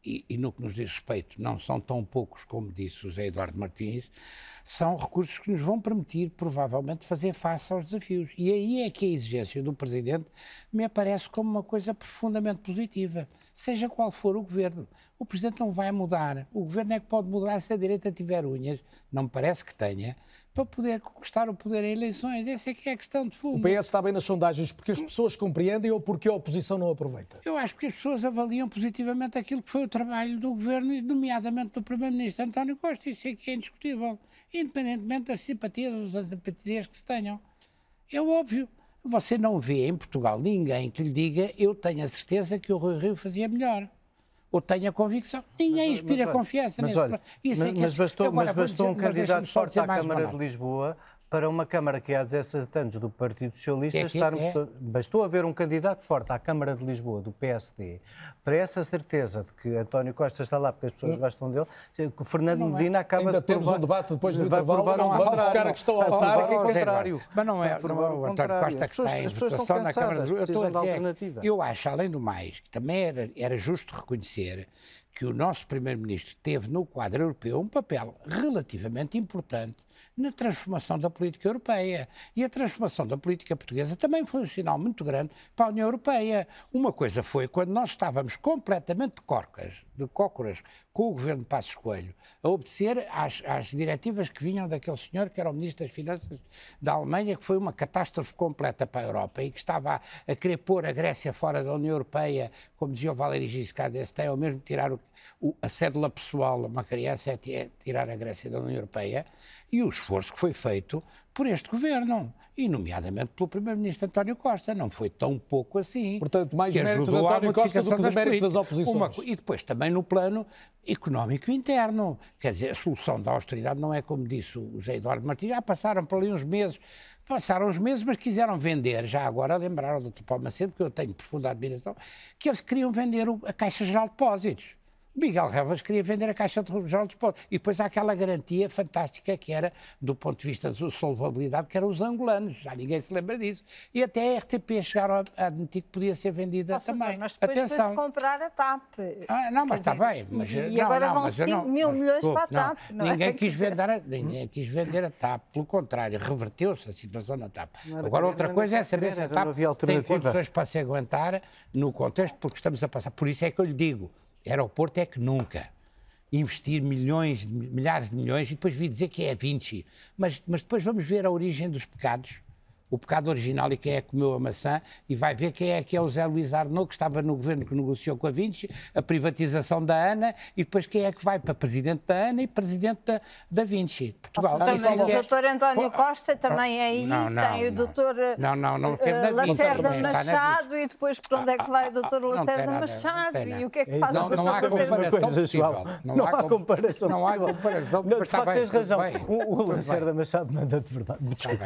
e, e no que nos diz respeito não são tão poucos como disse o José Eduardo Martins, são recursos que nos vão permitir provavelmente fazer face aos desafios. E aí é que a exigência do Presidente me aparece como uma coisa profundamente positiva, seja qual for o governo. O Presidente não vai mudar, o governo é que pode mudar se a direita tiver unhas, não me parece que tenha, para poder conquistar o poder em eleições. Essa é que é a questão de fundo. O P S está bem nas sondagens porque as pessoas compreendem ou porque a oposição não aproveita? Eu acho que as pessoas avaliam positivamente aquilo que foi o trabalho do governo, e nomeadamente do Primeiro-Ministro António Costa. Isso é que é indiscutível, independentemente das simpatias ou das antipatias que se tenham. É óbvio. Você não vê em Portugal ninguém que lhe diga eu tenho a certeza que o Rui Rio fazia melhor. Ou tenho a convicção. Ninguém mas, inspira mas, confiança mas, nesse olha, Isso mas, é que mas bastou, Agora, mas bastou dizer, um candidato forte à Câmara de Lisboa para uma Câmara que há dezassete anos do Partido Socialista, é que, estarmos é? to... bastou haver um candidato forte à Câmara de Lisboa do P S D, para essa certeza de que António Costa está lá porque as pessoas gostam dele, que o Fernando não Medina é. acaba Ainda de temos provar... um debate depois do vai intervalo, provar não um vamos tocar a questão autárquica, ao contrário. Mas não é, não é o António Costa que está em votação na Câmara de Lisboa. Eu estou a dizer, alternativa. Eu acho, além do mais, que também era, era justo reconhecer que o nosso Primeiro-Ministro teve no quadro europeu um papel relativamente importante na transformação da política europeia. E a transformação da política portuguesa também foi um sinal muito grande para a União Europeia. Uma coisa foi quando nós estávamos completamente de corcas, de cócoras, com o governo de Passos Coelho, a obedecer às, às diretivas que vinham daquele senhor que era o Ministro das Finanças da Alemanha, que foi uma catástrofe completa para a Europa e que estava a, a querer pôr a Grécia fora da União Europeia, como dizia o Valéry Giscard d'Estaing, ou mesmo tirar o, o, a cédula pessoal a uma criança é, é tirar a Grécia da União Europeia, e o esforço que foi feito por este governo, e nomeadamente pelo Primeiro-Ministro António Costa, não foi tão pouco assim. Portanto, mais mérito de António Costa do que de mérito das oposições. Uma, e depois também no plano económico interno. Quer dizer, a solução da austeridade não é como disse o José Eduardo Martins, já passaram por ali uns meses, passaram uns meses, mas quiseram vender, já agora lembraram do doutor Paulo Macedo, porque eu tenho profunda admiração, que eles queriam vender a Caixa Geral de Depósitos. Miguel Relvas queria vender a Caixa Geral de Depósitos. E depois há aquela garantia fantástica que era, do ponto de vista da solvabilidade, que eram os angolanos. Já ninguém se lembra disso. E até a R T P chegaram a admitir que podia ser vendida Nossa, também. Mas depois Atenção. foi comprar a TAP. Ah, não, mas está bem. Mas, e não, agora não, vão mas cinco não, mil mas, milhões desculpe, para a TAP. Não, não ninguém, é? quis vender a, ninguém quis vender a TAP. Pelo contrário, reverteu-se a situação na TAP. Agora, outra coisa é saber se a TAP tem condições para se aguentar no contexto, porque estamos a passar. Por isso é que eu lhe digo, aeroporto é que nunca. Investir milhões, milhares de milhões e depois vir dizer que é a Vinci. Mas, mas depois vamos ver a origem dos pecados, o pecado original e quem é que comeu a maçã, e vai ver quem é que é o Zé Luís Arnaud, que estava no governo que negociou com a Vinci, a privatização da ANA, e depois quem é que vai para presidente da ANA e presidente da, da Vinci. Portugal. Também Isso é o que é... doutor António Costa também é aí, não, não, tem o não. doutor Não, não, não teve uh, na Vinci, Lacerda também está na Machado, Vinci. e depois para onde é que vai o doutor Ah, Lacerda nada, Machado, e o que é que É faz o Não, doutor não há comparação possível. Não, não há comparação Não há comparação. Não, de facto, bem, tens razão. bem. O, o Lacerda Machado manda de verdade. Desculpa.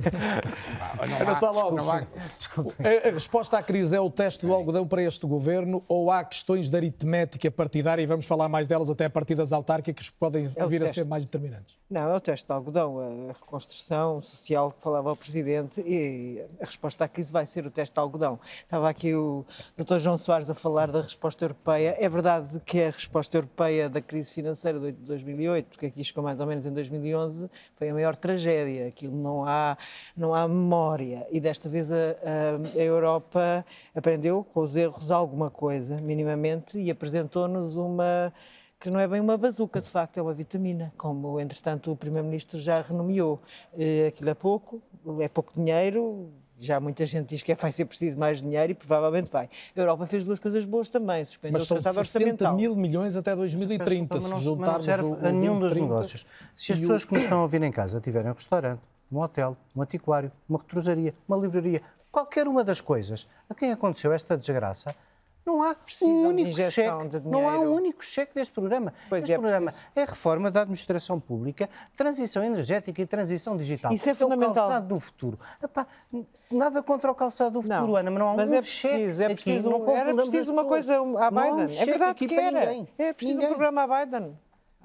Ana Sá Lopes, a, a resposta à crise é o teste do algodão para este governo ou há questões de aritmética partidária, e vamos falar mais delas até a partir das autárquicas, que podem É vir a teste. ser mais determinantes? Não, é o teste de algodão, a reconstrução social que falava o Presidente, e a resposta à crise vai ser o teste de algodão. Estava aqui o doutor João Soares a falar da resposta europeia. É verdade que a resposta europeia da crise financeira de dois mil e oito, porque aqui chegou mais ou menos em dois mil e onze, foi a maior tragédia. Aquilo não há, não há memória. E desta vez a, a, a Europa aprendeu com os erros alguma coisa, minimamente, e apresentou-nos uma... que não é bem uma bazuca, de facto, é uma vitamina, como, entretanto, o Primeiro-Ministro já renomeou. Aquilo é pouco, é pouco dinheiro, já muita gente diz que vai ser preciso mais dinheiro e provavelmente vai. A Europa fez duas coisas boas também, suspendeu Mas o são tratado sessenta orçamental. mil milhões até dois mil e trinta, Mas se não, juntarmos mas não serve o, o a nenhum dos trinta, negócios. Se as pessoas que nos estão a ouvir em casa tiverem um restaurante, um hotel, um antiquário, uma retrosaria, uma livraria, qualquer uma das coisas a quem aconteceu esta desgraça, não há um único cheque, não há um único cheque deste programa. Pois este é, programa é a reforma da administração pública, transição energética e transição digital. Isso é fundamental. É o calçado do futuro. Epá, nada contra o calçado do futuro, Não, Ana, mas não há mas um é cheque preciso, é aqui, preciso, não era confundamos preciso as uma pessoas. coisa à Não há um Biden. É cheque verdade aqui que para era. ninguém. É preciso Ninguém. um programa à Biden.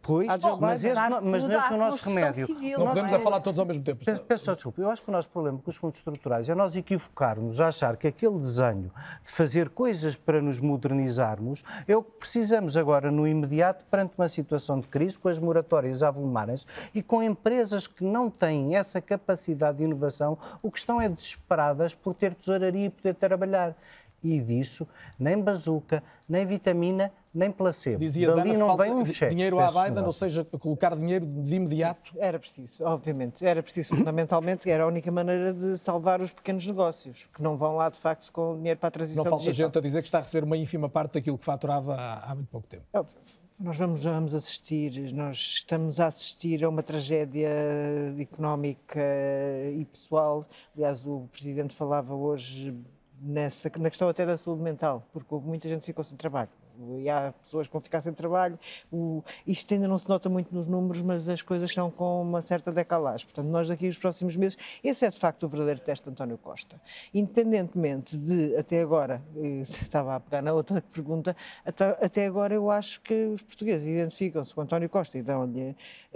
Pois, mas, esse, mas não é o nosso remédio. Civil, não podemos é falar todos ao mesmo tempo. Peço, peço só desculpa. Eu acho que o nosso problema com os fundos estruturais é nós equivocarmos a achar que aquele desenho de fazer coisas para nos modernizarmos é o que precisamos agora no imediato perante uma situação de crise, com as moratórias a avolumarem-se e com empresas que não têm essa capacidade de inovação, o que estão é desesperadas por ter tesouraria e poder trabalhar. E disso, nem bazuca, nem vitamina, nem placebo. Dizias, Dali Ana, não falta vem um cheque. Dinheiro à Biden, ou seja, colocar dinheiro de imediato? Sim, era preciso, obviamente. Era preciso, fundamentalmente, era a única maneira de salvar os pequenos negócios, que não vão lá, de facto, com dinheiro para a transição digital. Não falta digital. gente a dizer que está a receber uma ínfima parte daquilo que faturava há, há muito pouco tempo. Nós vamos, vamos assistir, nós estamos a assistir a uma tragédia económica e pessoal. Aliás, o Presidente falava hoje nessa, na questão até da saúde mental, porque houve muita gente que ficou sem trabalho. E há pessoas que vão ficar sem trabalho. O, isto ainda não se nota muito nos números, mas as coisas estão com uma certa decalagem. Portanto, nós daqui aos próximos meses, esse é de facto o verdadeiro teste de António Costa. Independentemente de, até agora, estava a pegar na outra pergunta, até, até agora eu acho que os portugueses identificam-se com António Costa e dão-lhe,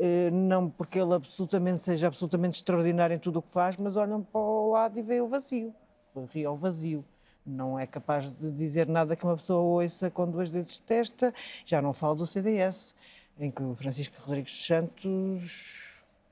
não porque ele absolutamente seja absolutamente extraordinário em tudo o que faz, mas olham para o lado e veem o vazio, ri ao vazio. Não é capaz de dizer nada que uma pessoa ouça com dois dedos de testa. Já não falo do C D S, em que o Francisco Rodrigues dos Santos...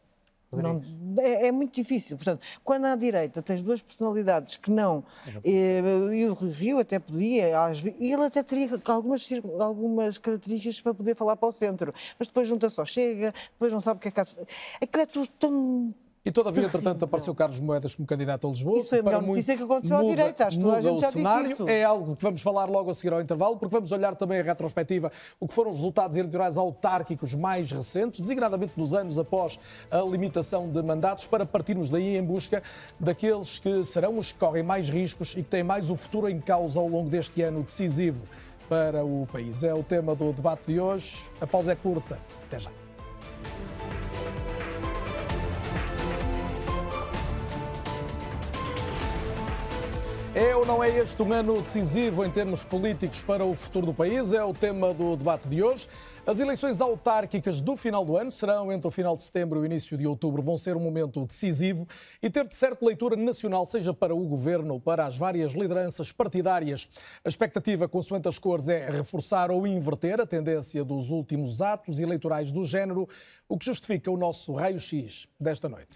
Não, é, é muito difícil. Portanto, quando à direita tens duas personalidades que não... E, e o Rio até podia, e ele até teria algumas, algumas características para poder falar para o centro, mas depois junta só Chega, depois não sabe o que é que há de fazer. Aquilo é tudo tão... E todavia, entretanto, apareceu Carlos Moedas como candidato a Lisboa. Isso foi a melhor notícia que aconteceu à direita. Acho que toda a gente já disse isso. É algo que vamos falar logo a seguir ao intervalo, porque vamos olhar também a retrospectiva, o que foram os resultados eleitorais autárquicos mais recentes, designadamente nos anos após a limitação de mandatos, para partirmos daí em busca daqueles que serão os que correm mais riscos e que têm mais o futuro em causa ao longo deste ano decisivo para o país. É o tema do debate de hoje. A pausa é curta. Até já. É ou não é este um ano decisivo em termos políticos para o futuro do país? É o tema do debate de hoje. As eleições autárquicas do final do ano serão entre o final de setembro e o início de outubro. Vão ser um momento decisivo e ter de certa leitura nacional, seja para o governo ou para as várias lideranças partidárias. A expectativa, consoante as cores, é reforçar ou inverter a tendência dos últimos atos eleitorais do género, o que justifica o nosso raio-x desta noite.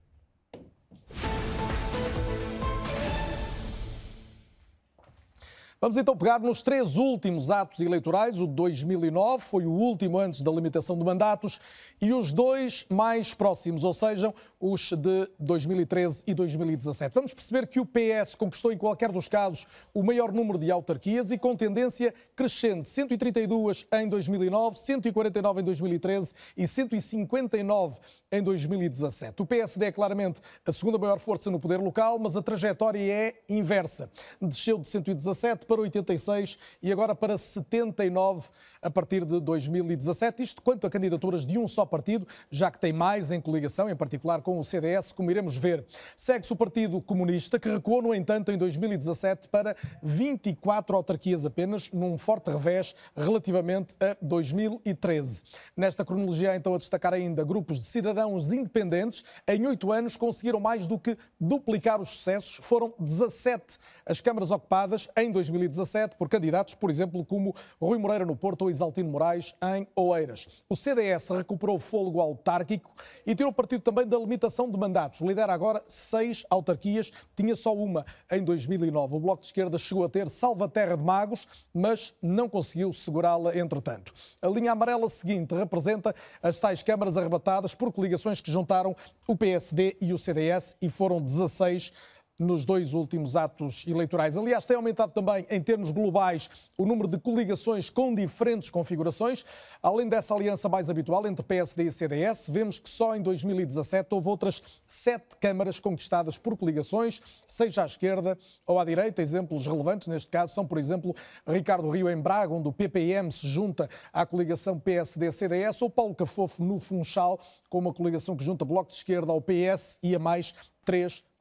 Vamos então pegar nos três últimos atos eleitorais. O de dois mil e nove foi o último antes da limitação de mandatos e os dois mais próximos, ou seja, os de dois mil e treze e dois mil e dezassete. Vamos perceber que o P S conquistou em qualquer dos casos o maior número de autarquias e com tendência crescente. cento e trinta e duas em dois mil e nove, cento e quarenta e nove em dois mil e treze e cento e cinquenta e nove em dois mil e dezassete. O P S D é claramente a segunda maior força no poder local, mas a trajetória é inversa. Desceu de cento e dezassete para oitenta e seis e agora para setenta e nove a partir de dois mil e dezassete. Isto quanto a candidaturas de um só partido, já que tem mais em coligação, em particular com o C D S, como iremos ver. Segue-se o Partido Comunista, que recuou, no entanto, em dois mil e dezassete para vinte e quatro autarquias apenas, num forte revés relativamente a dois mil e treze. Nesta cronologia, há então a destacar ainda grupos de cidadãos independentes. Em oito anos conseguiram mais do que duplicar os sucessos. Foram dezassete as câmaras ocupadas em dois mil e dezassete por candidatos, por exemplo, como Rui Moreira no Porto ou Isaltino Moraes em Oeiras. O C D S recuperou o fôlego autárquico e tirou partido também da limitação de mandatos. Lidera agora seis autarquias, tinha só uma em dois mil e nove. O Bloco de Esquerda chegou a ter Salvaterra de Magos, mas não conseguiu segurá-la entretanto. A linha amarela seguinte representa as tais câmaras arrebatadas por coligações que juntaram o P S D e o C D S e foram dezasseis nos dois últimos atos eleitorais. Aliás, tem aumentado também, em termos globais, o número de coligações com diferentes configurações. Além dessa aliança mais habitual entre P S D e C D S, vemos que só em dois mil e dezassete houve outras sete câmaras conquistadas por coligações, seja à esquerda ou à direita. Exemplos relevantes neste caso são, por exemplo, Ricardo Rio em Braga, onde o P P M se junta à coligação P S D C D S, ou Paulo Cafofo no Funchal, com uma coligação que junta Bloco de Esquerda ao P S e a mais três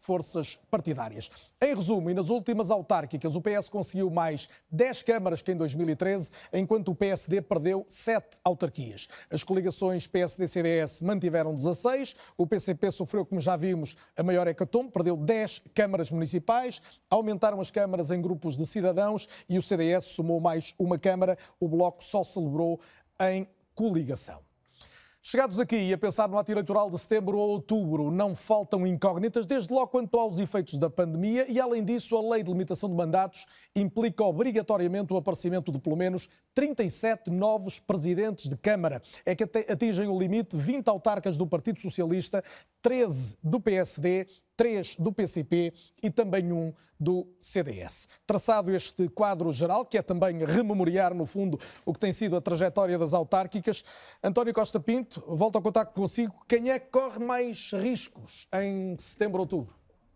forças partidárias. Em resumo, e nas últimas autárquicas, o P S conseguiu mais dez câmaras que em dois mil e treze, enquanto o P S D perdeu sete autarquias. As coligações P S D C D S mantiveram dezasseis, o P C P sofreu, como já vimos, a maior hecatombe, perdeu dez câmaras municipais, aumentaram as câmaras em grupos de cidadãos e o C D S somou mais uma câmara, o Bloco só celebrou em coligação. Chegados aqui e a pensar no ato eleitoral de setembro ou outubro, não faltam incógnitas, desde logo quanto aos efeitos da pandemia e, além disso, a lei de limitação de mandatos implica obrigatoriamente o aparecimento de pelo menos trinta e sete novos presidentes de Câmara. É que atingem o limite vinte autarcas do Partido Socialista, treze do P S D, três do P C P e também um do C D S. Traçado este quadro geral, que é também rememoriar, no fundo, o que tem sido a trajetória das autárquicas, António Costa Pinto, volto ao contacto consigo. Quem é que corre mais riscos em setembro, outubro?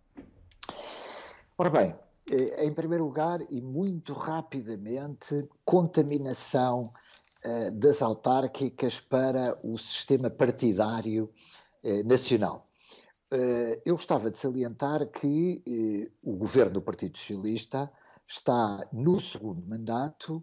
Ora bem, em primeiro lugar e muito rapidamente, contaminação uh, das autárquicas para o sistema partidário uh, nacional. Eu gostava de salientar que eh, o governo do Partido Socialista está no segundo mandato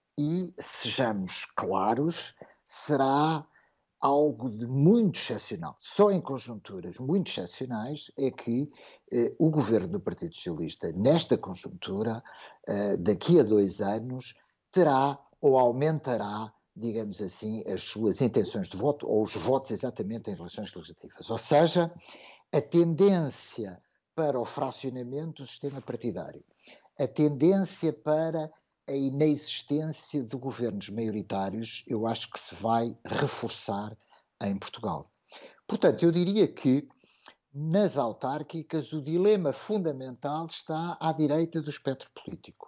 e, sejamos claros, será algo de muito excepcional. Só em conjunturas muito excepcionais é que eh, o governo do Partido Socialista, nesta conjuntura, eh, daqui a dois anos, terá ou aumentará, digamos assim, as suas intenções de voto ou os votos exatamente em eleições legislativas. Ou seja, a tendência para o fracionamento do sistema partidário, a tendência para a inexistência de governos maioritários, eu acho que se vai reforçar em Portugal. Portanto, eu diria que nas autárquicas o dilema fundamental está à direita do espectro político.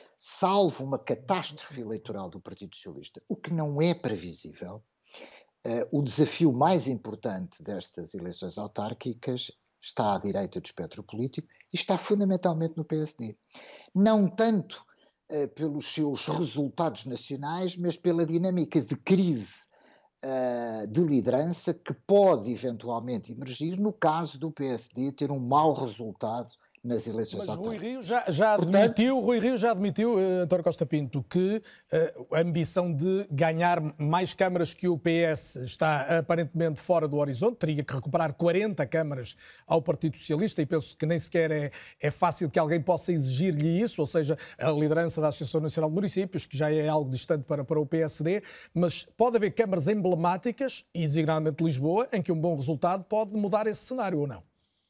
Salvo uma catástrofe eleitoral do Partido Socialista, o que não é previsível, Uh, o desafio mais importante destas eleições autárquicas está à direita do espectro político e está fundamentalmente no P S D. Não tanto uh, pelos seus resultados nacionais, mas pela dinâmica de crise uh, de liderança que pode eventualmente emergir no caso do P S D ter um mau resultado nas eleições Mas autárquicas. Rui Rio já, já admitiu, Portanto, Rui Rio já admitiu, uh, António Costa Pinto, que uh, a ambição de ganhar mais câmaras que o P S está aparentemente fora do horizonte, teria que recuperar quarenta câmaras ao Partido Socialista e penso que nem sequer é, é fácil que alguém possa exigir-lhe isso, ou seja, a liderança da Associação Nacional de Municípios, que já é algo distante para, para o P S D, mas pode haver câmaras emblemáticas, e designadamente Lisboa, em que um bom resultado pode mudar esse cenário ou não?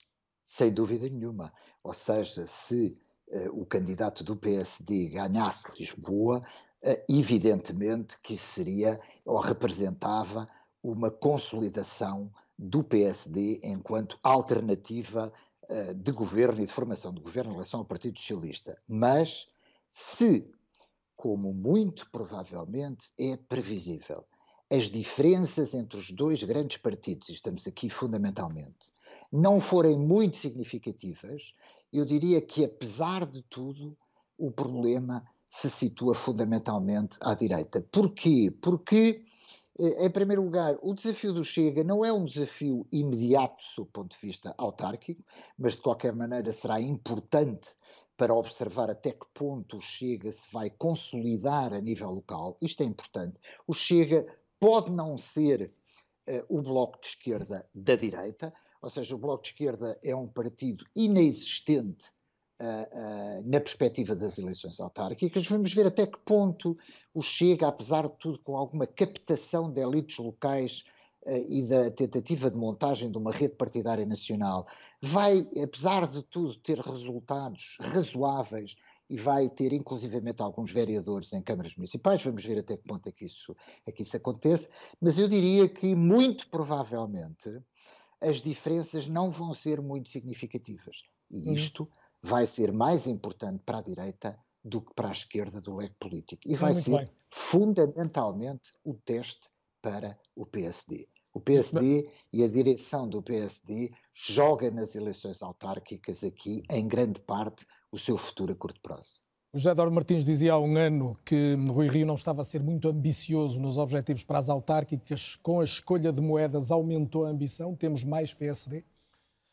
Sem dúvida nenhuma. Ou seja, se uh, o candidato do P S D ganhasse Lisboa, uh, evidentemente que isso seria ou representava uma consolidação do P S D enquanto alternativa uh, de governo e de formação de governo em relação ao Partido Socialista. Mas se, como muito provavelmente é previsível, as diferenças entre os dois grandes partidos, e estamos aqui fundamentalmente, não forem muito significativas, eu diria que, apesar de tudo, o problema se situa fundamentalmente à direita. Porquê? Porque, em primeiro lugar, o desafio do Chega não é um desafio imediato, sob o ponto de vista autárquico, mas, de qualquer maneira, será importante para observar até que ponto o Chega se vai consolidar a nível local. Isto é importante. O Chega pode não ser uh, o Bloco de Esquerda da direita, ou seja, o Bloco de Esquerda é um partido inexistente uh, uh, na perspectiva das eleições autárquicas. Vamos ver até que ponto o Chega, apesar de tudo, com alguma captação de elites locais uh, e da tentativa de montagem de uma rede partidária nacional, vai, apesar de tudo, ter resultados razoáveis e vai ter inclusivamente alguns vereadores em câmaras municipais. Vamos ver até que ponto é que isso, é que isso acontece. Mas eu diria que, muito provavelmente, as diferenças não vão ser muito significativas. E isto uhum. vai ser mais importante para a direita do que para a esquerda do leque político. E vai muito ser bem. fundamentalmente o teste para o P S D. O P S D e a direção do P S D joga nas eleições autárquicas aqui, em grande parte, o seu futuro a curto prazo. O José Eduardo Martins dizia há um ano que Rui Rio não estava a ser muito ambicioso nos objetivos para as autárquicas. Com a escolha de moedas aumentou a ambição? Temos mais P S D?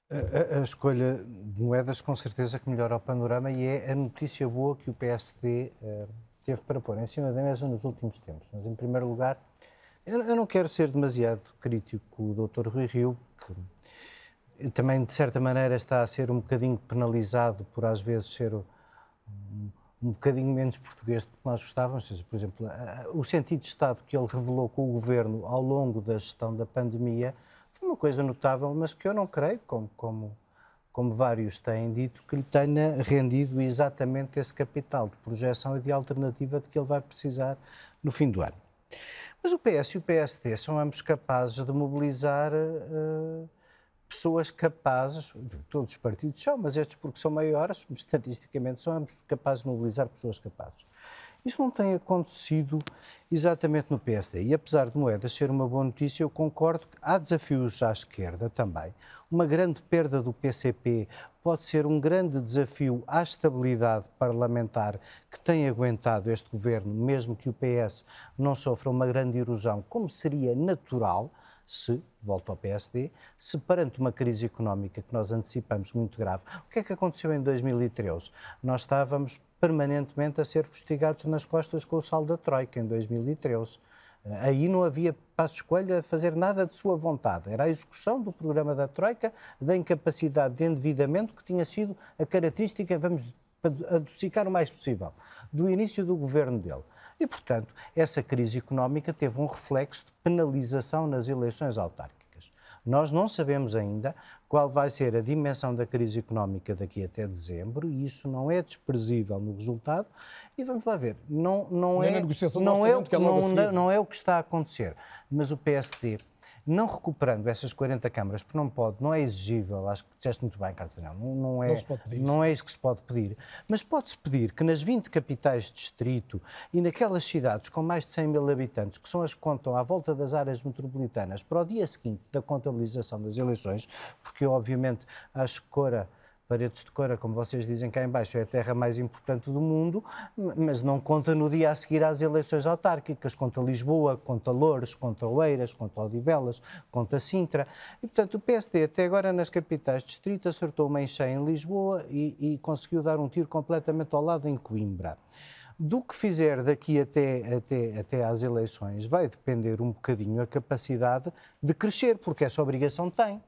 A, a, a escolha de Moedas com certeza que melhora o panorama e é a notícia boa que o P S D uh, teve para pôr em cima da mesa nos últimos tempos. Mas, em primeiro lugar, eu, eu não quero ser demasiado crítico com o doutor Rui Rio, que também, de certa maneira, está a ser um bocadinho penalizado por, às vezes, ser um, um bocadinho menos português do que nós gostávamos. Por exemplo, o sentido de Estado que ele revelou com o Governo ao longo da gestão da pandemia foi uma coisa notável, mas que eu não creio, como, como, como vários têm dito, que lhe tenha rendido exatamente esse capital de projeção e de alternativa de que ele vai precisar no fim do ano. Mas o P S e o P S D são ambos capazes de mobilizar uh, pessoas capazes, todos os partidos são, mas estes porque são maiores, estatisticamente são ambos capazes de mobilizar pessoas capazes. Isto não tem acontecido exatamente no P S D. E apesar de Moedas ser uma boa notícia, eu concordo que há desafios à esquerda também. Uma grande perda do P C P pode ser um grande desafio à estabilidade parlamentar que tem aguentado este governo, mesmo que o P S não sofra uma grande erosão, como seria natural se, volto ao P S D, se perante uma crise económica que nós antecipamos muito grave. O que é que aconteceu em dois mil e treze? Nós estávamos permanentemente a ser fustigados nas costas com o saldo da Troika em dois mil e treze. Aí não havia Passos Coelho a fazer nada de sua vontade. Era a execução do programa da Troika, da incapacidade de endividamento que tinha sido a característica, vamos adocicar o mais possível, do início do governo dele. E, portanto, essa crise económica teve um reflexo de penalização nas eleições autárquicas. Nós não sabemos ainda qual vai ser a dimensão da crise económica daqui até dezembro e isso não é desprezível no resultado. E vamos lá ver, não, não, é, não, é, não, não é o que está a acontecer, mas o P S D, não recuperando essas quarenta câmaras, porque não pode, não é exigível, acho que disseste muito bem, Carlos Daniel, não, não, é, não, não é isso que se pode pedir, mas pode-se pedir que nas vinte capitais de distrito e naquelas cidades com mais de cem mil habitantes, que são as que contam à volta das áreas metropolitanas, para o dia seguinte da contabilização das eleições, porque eu obviamente acho que Cora, Paredes de Cora, como vocês dizem cá em baixo, é a terra mais importante do mundo, mas não conta no dia a seguir às eleições autárquicas. Conta Lisboa, conta Loures, conta Oeiras, conta Odivelas, conta Sintra. E, portanto, o P S D até agora nas capitais de distrito acertou uma em cheia em Lisboa e, e conseguiu dar um tiro completamente ao lado em Coimbra. Do que fizer daqui até, até, até às eleições vai depender um bocadinho a capacidade de crescer, porque essa obrigação tem.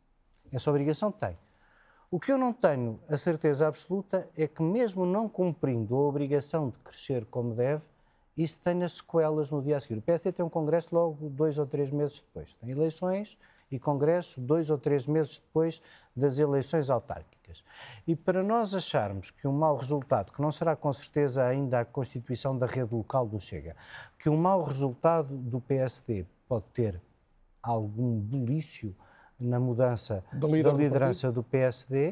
Essa obrigação tem. O que eu não tenho a certeza absoluta é que, mesmo não cumprindo a obrigação de crescer como deve, isso tenha sequelas no dia a seguir. O P S D tem um congresso logo dois ou três meses depois. Tem eleições e congresso dois ou três meses depois das eleições autárquicas. E para nós acharmos que um mau resultado, que não será com certeza ainda a constituição da rede local do Chega, que um mau resultado do P S D pode ter algum bulício na mudança da, da liderança do, do P S D,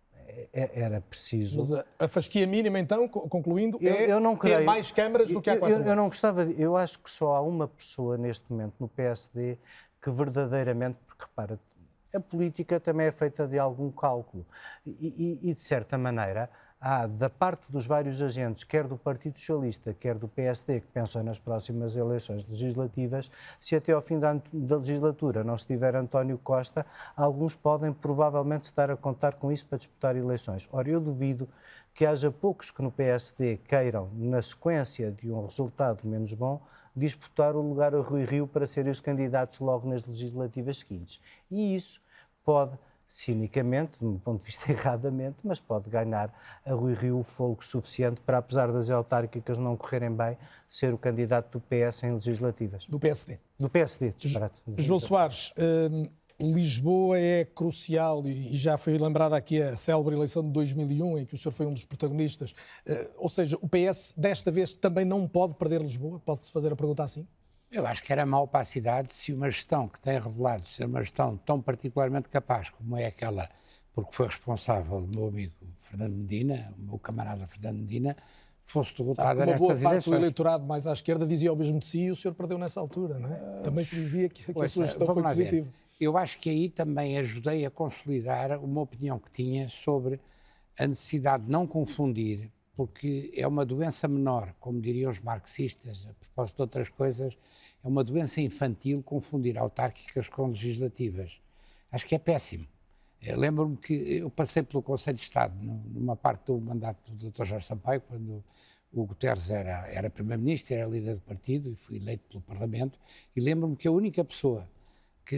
era preciso... Mas a, a fasquia mínima, então, concluindo, eu, é eu não creio, ter mais câmaras do que há quatro eu, eu, eu não gostava de, eu acho que só há uma pessoa neste momento no P S D que verdadeiramente, porque repara, a política também é feita de algum cálculo e, e, e de certa maneira, há da parte dos vários agentes, quer do Partido Socialista, quer do P S D, que pensam nas próximas eleições legislativas, se até ao fim da, da legislatura não estiver António Costa, alguns podem provavelmente estar a contar com isso para disputar eleições. Ora, eu duvido que haja poucos que no P S D queiram, na sequência de um resultado menos bom, disputar o lugar a Rui Rio para serem os candidatos logo nas legislativas seguintes. E isso pode, cinicamente, de um ponto de vista erradamente, mas pode ganhar a Rui Rio o fôlego suficiente para, apesar das autárquicas não correrem bem, ser o candidato do P S em legislativas. Do P S D. Do P S D, disparate. João Soares, hum, Lisboa é crucial e já foi lembrada aqui a célebre eleição de dois mil e um, em que o senhor foi um dos protagonistas. Uh, ou seja, o P S desta vez também não pode perder Lisboa? Pode-se fazer a pergunta assim? Eu acho que era mau para a cidade se uma gestão que tem revelado ser uma gestão tão particularmente capaz como é aquela, porque foi responsável o meu amigo Fernando Medina, o meu camarada Fernando Medina, fosse derrotada nestas eleições. Uma boa parte do eleitorado mais à esquerda dizia o mesmo de si e o senhor perdeu nessa altura, não é? Uh, Também se dizia que, que a sua gestão foi positiva. Ver. Eu acho que aí também ajudei a consolidar uma opinião que tinha sobre a necessidade de não confundir, porque é uma doença menor, como diriam os marxistas, a propósito de outras coisas, é uma doença infantil confundir autárquicas com legislativas. Acho que é péssimo. Lembro-me que eu passei pelo Conselho de Estado, numa parte do mandato do doutor Jorge Sampaio, quando o Guterres era, era primeiro-ministro, era líder do partido e fui eleito pelo Parlamento, e lembro-me que a única pessoa que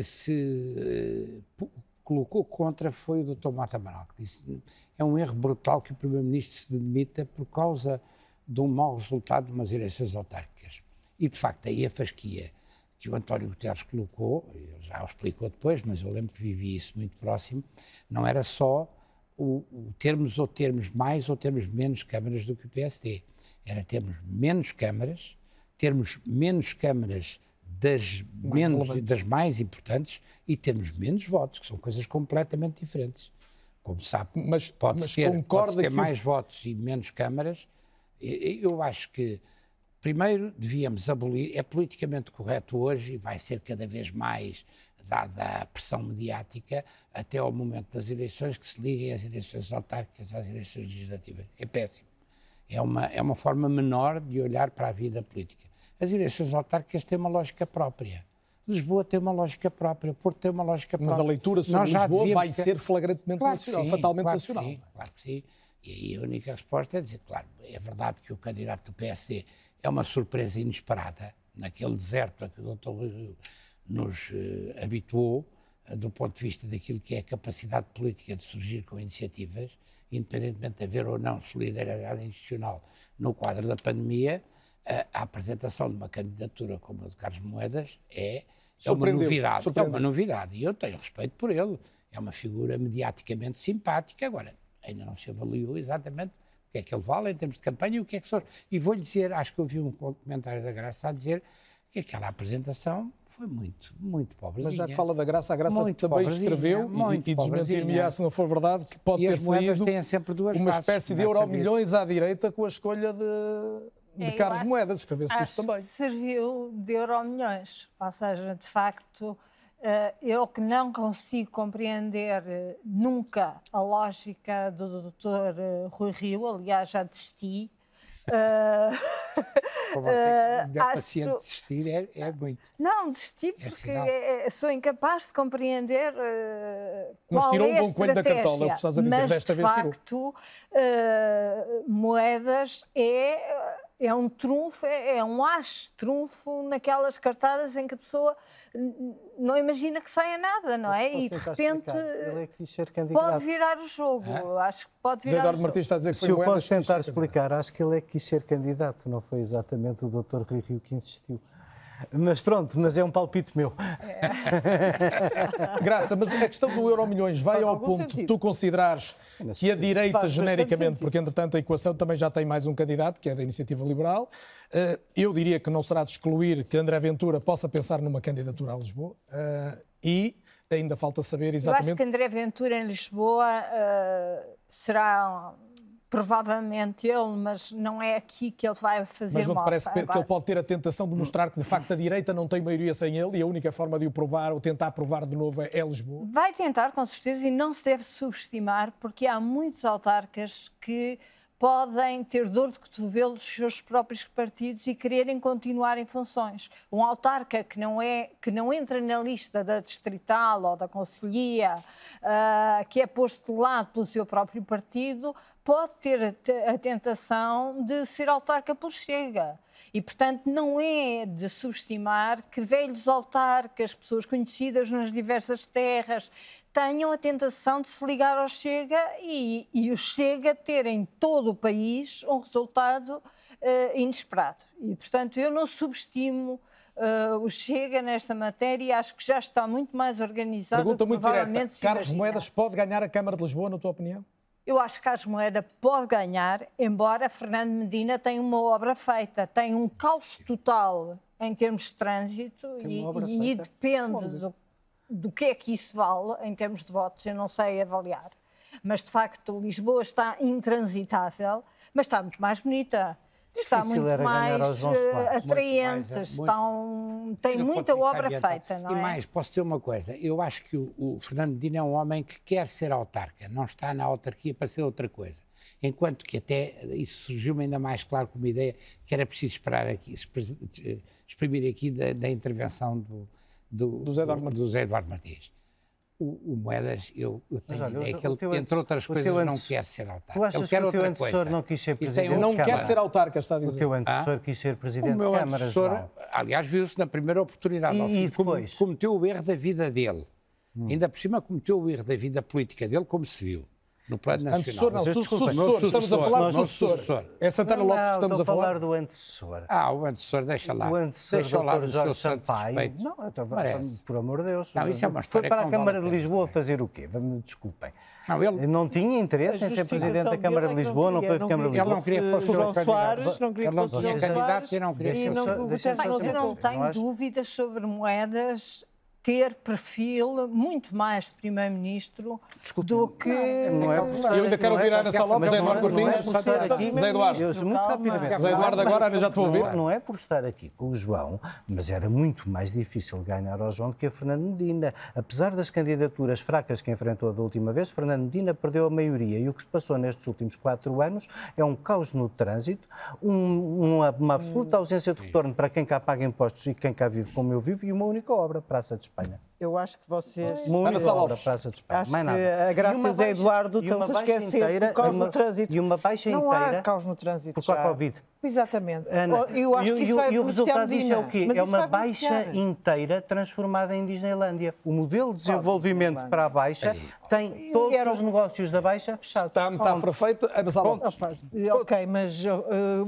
se uh, colocou contra foi o doutor Mota Amaral, que disse é um erro brutal que o primeiro-ministro se demita por causa de um mau resultado de umas eleições autárquicas. E, de facto, aí a fasquia que o António Guterres colocou, ele já o explicou depois, mas eu lembro que vivi isso muito próximo, não era só o, o termos ou termos mais ou termos menos câmaras do que o P S D. Era termos menos câmaras, termos menos câmaras das, menos, das mais importantes e termos menos votos, que são coisas completamente diferentes. Como sabe, mas, pode-se mas ter, pode ter que... mais votos e menos câmaras. Eu acho que primeiro, devíamos abolir, é politicamente correto hoje e vai ser cada vez mais, dada a pressão mediática, até ao momento das eleições, que se liguem às eleições autárquicas, às eleições legislativas. É péssimo. É uma, é uma forma menor de olhar para a vida política. As eleições autárquicas têm uma lógica própria. Lisboa tem uma lógica própria, Porto tem uma lógica própria. Mas a leitura sobre Lisboa vai ter... ser flagrantemente claro nacional, sim, fatalmente claro nacional. Que sim, claro que sim. E aí a única resposta é dizer, claro, é verdade que o candidato do P S D é uma surpresa inesperada, naquele deserto a que o doutor Rui Rio nos uh, habituou, uh, do ponto de vista daquilo que é a capacidade política de surgir com iniciativas, independentemente de haver ou não solidariedade institucional no quadro da pandemia, uh, a apresentação de uma candidatura como a de Carlos Moedas é, é uma novidade. É uma novidade, e eu tenho respeito por ele. É uma figura mediaticamente simpática, agora ainda não se avaliou exatamente o que é que ele vale em termos de campanha e o que é que são. E vou-lhe dizer, acho que ouvi um comentário da Graça a dizer que aquela apresentação foi muito, muito pobrezinha. Mas já que fala da Graça, a Graça muito também escreveu, e, e desmentir-me-á se não for verdade, que pode e ter as moedas saído têm sempre duas uma faces, espécie de euro-milhões à direita com a escolha de, de é, Carlos acho, Moedas, escreveu-se disso também. Que serviu de euro-milhões, ou seja, de facto... Uh, eu que não consigo compreender uh, nunca a lógica do doutor uh, Rui Rio, aliás, já desisti. Uh, Como você, uh, melhor acho... paciente desistir é, é muito. Não, desisti porque é sou incapaz de compreender uh, qual mas tirou é a um bom coelho da cartola, é o que estás a dizer, mas, desta de vez facto, uh, Moedas é... É um trunfo, é, é um as trunfo naquelas cartadas em que a pessoa não imagina que saia nada, não é? E de repente ele é que quis ser candidato. Pode virar o jogo. Ah? Acho que pode virar José Eduardo o Martins está a dizer que foi Se eu posso tentar explicar, acho que ele é que quis ser candidato, não foi exatamente o doutor Rui Rio que insistiu. Mas pronto, mas é um palpite meu. É. Graça, mas a questão do euro-milhões vai ao ponto de tu considerares que a direita, genericamente, porque entretanto a equação também já tem mais um candidato, que é da Iniciativa Liberal, eu diria que não será de excluir que André Ventura possa pensar numa candidatura a Lisboa e ainda falta saber exatamente... Eu acho que André Ventura em Lisboa uh, será... Provavelmente ele, mas não é aqui que ele vai fazer Mas não te parece agora. que ele pode ter a tentação de mostrar que, de facto, a direita não tem maioria sem ele e a única forma de o provar ou tentar provar de novo é Lisboa? Vai tentar, com certeza, e não se deve subestimar, porque há muitos autarcas que podem ter dor de cotovelo dos seus próprios partidos e quererem continuar em funções. Um autarca que não, é, que não entra na lista da distrital ou da conselhia, uh, que é posto de lado pelo seu próprio partido, pode ter a tentação de ser autarca pelo Chega. E, portanto, não é de subestimar que velhos autarcas, pessoas conhecidas nas diversas terras, tenham a tentação de se ligar ao Chega e, e o Chega ter em todo o país um resultado uh, inesperado. E, portanto, eu não subestimo uh, o Chega nesta matéria e acho que já está muito mais organizado. Pergunta muito direta. Carlos imagina. Moedas pode ganhar a Câmara de Lisboa, na tua opinião? Eu acho que Carlos Moedas pode ganhar, embora Fernando Medina tenha uma obra feita, tem um caos total em termos de trânsito e, e depende do, do que é que isso vale em termos de votos, eu não sei avaliar. Mas, de facto, Lisboa está intransitável, mas está muito mais bonita. Está Difícil muito mais atraente, mais, estão, tem muita obra feita, não é? E mais, posso dizer uma coisa, eu acho que o, o Fernando Medina é um homem que quer ser autarca, não está na autarquia para ser outra coisa. Enquanto que até, isso surgiu-me ainda mais claro como ideia, que era preciso esperar aqui, exprimir aqui da, da intervenção do, do, do, Zé Eduardo do, do Zé Eduardo Martins. O, o Moedas, eu, eu tenho olha, ideia o, que ele, teu, entre outras coisas, antes, não quer ser autarca. Tu achas ele quer que o teu outra antecessor coisa. não quis ser E tem presidente um- Não de quer Câmara? ser autarca, está a dizer. O teu antecessor Ah? quis ser O presidente meu de Câmara, antecessor, João. aliás, viu-se na primeira oportunidade. E- ao fim, e depois? come- Cometeu o erro da vida dele. Hum. Ainda por cima cometeu o erro da vida política dele, como se viu. No plano nacional. Antecessor não, Mas, sucessor. desculpa, Estamos a falar de não, sucessor. sucessor. É Santana Não, Lopes que não, estamos estou a falar. falar do antecessor. Ah, o antecessor, deixa lá. O antecessor, deixa lá doutor no seu Jorge santo Sampaio. respeito. Não, então, Parece. por amor de Deus. Não, isso é uma Foi história para que a não Câmara vale a de pena. Lisboa fazer o quê? Me desculpem. Não, ele, Não tinha interesse A em ser justificação presidente da Câmara de dele é que Lisboa, não queria, foi de Câmara de ele Lisboa. não queria que fosse João candidato. Soares, não queria que Ele não fosse queria João candidato Soares, e não queria e ser não- Deixa-me o só- Guterres deixa-me não só Eu dizer aceitou. não tenho Eu acho- dúvidas sobre Moedas ter perfil muito mais de primeiro-ministro do que... Não é por estar Eu ainda aqui, quero não é ouvir a por- Ana Salom, mas Zé não é- Eduardo não é Cortins. por estar aqui- Zé Eduardo. Eu, muito Calma. rapidamente. Zé Eduardo agora, Ana, já te vou ouvir. Não, não é por estar aqui com o João, mas era muito mais difícil ganhar ao João do que a Fernando Medina. Apesar das candidaturas fracas que enfrentou da última vez, Fernando Medina perdeu a maioria e o que se passou nestes últimos quatro anos é um caos no trânsito, um- uma, uma absoluta ausência de retorno para quem cá paga impostos e quem cá vive como eu vivo e uma única obra, Praça de Espanha. Eu acho que vocês... Uma Ana única Salom. obra, Praça de Espanha. Acho Mais que nada. a Graça E uma e o Zé baixa- Eduardo e uma estão-se a baixa esquecer inteira- por causa e uma- do trânsito. e uma baixa não inteira há caos no trânsito por causa já. da Covid. Exatamente. Ana, Eu acho e, que e isso o- vai e o beneficiar resultado disso é o Medina. quê? Mas É isso uma vai baixa beneficiar. inteira transformada em Disneylândia. O modelo de desenvolvimento para a Baixa tem todos era- os negócios da Baixa fechados. Está a metáfora feita. Ana Salom. Opa, ok, mas uh,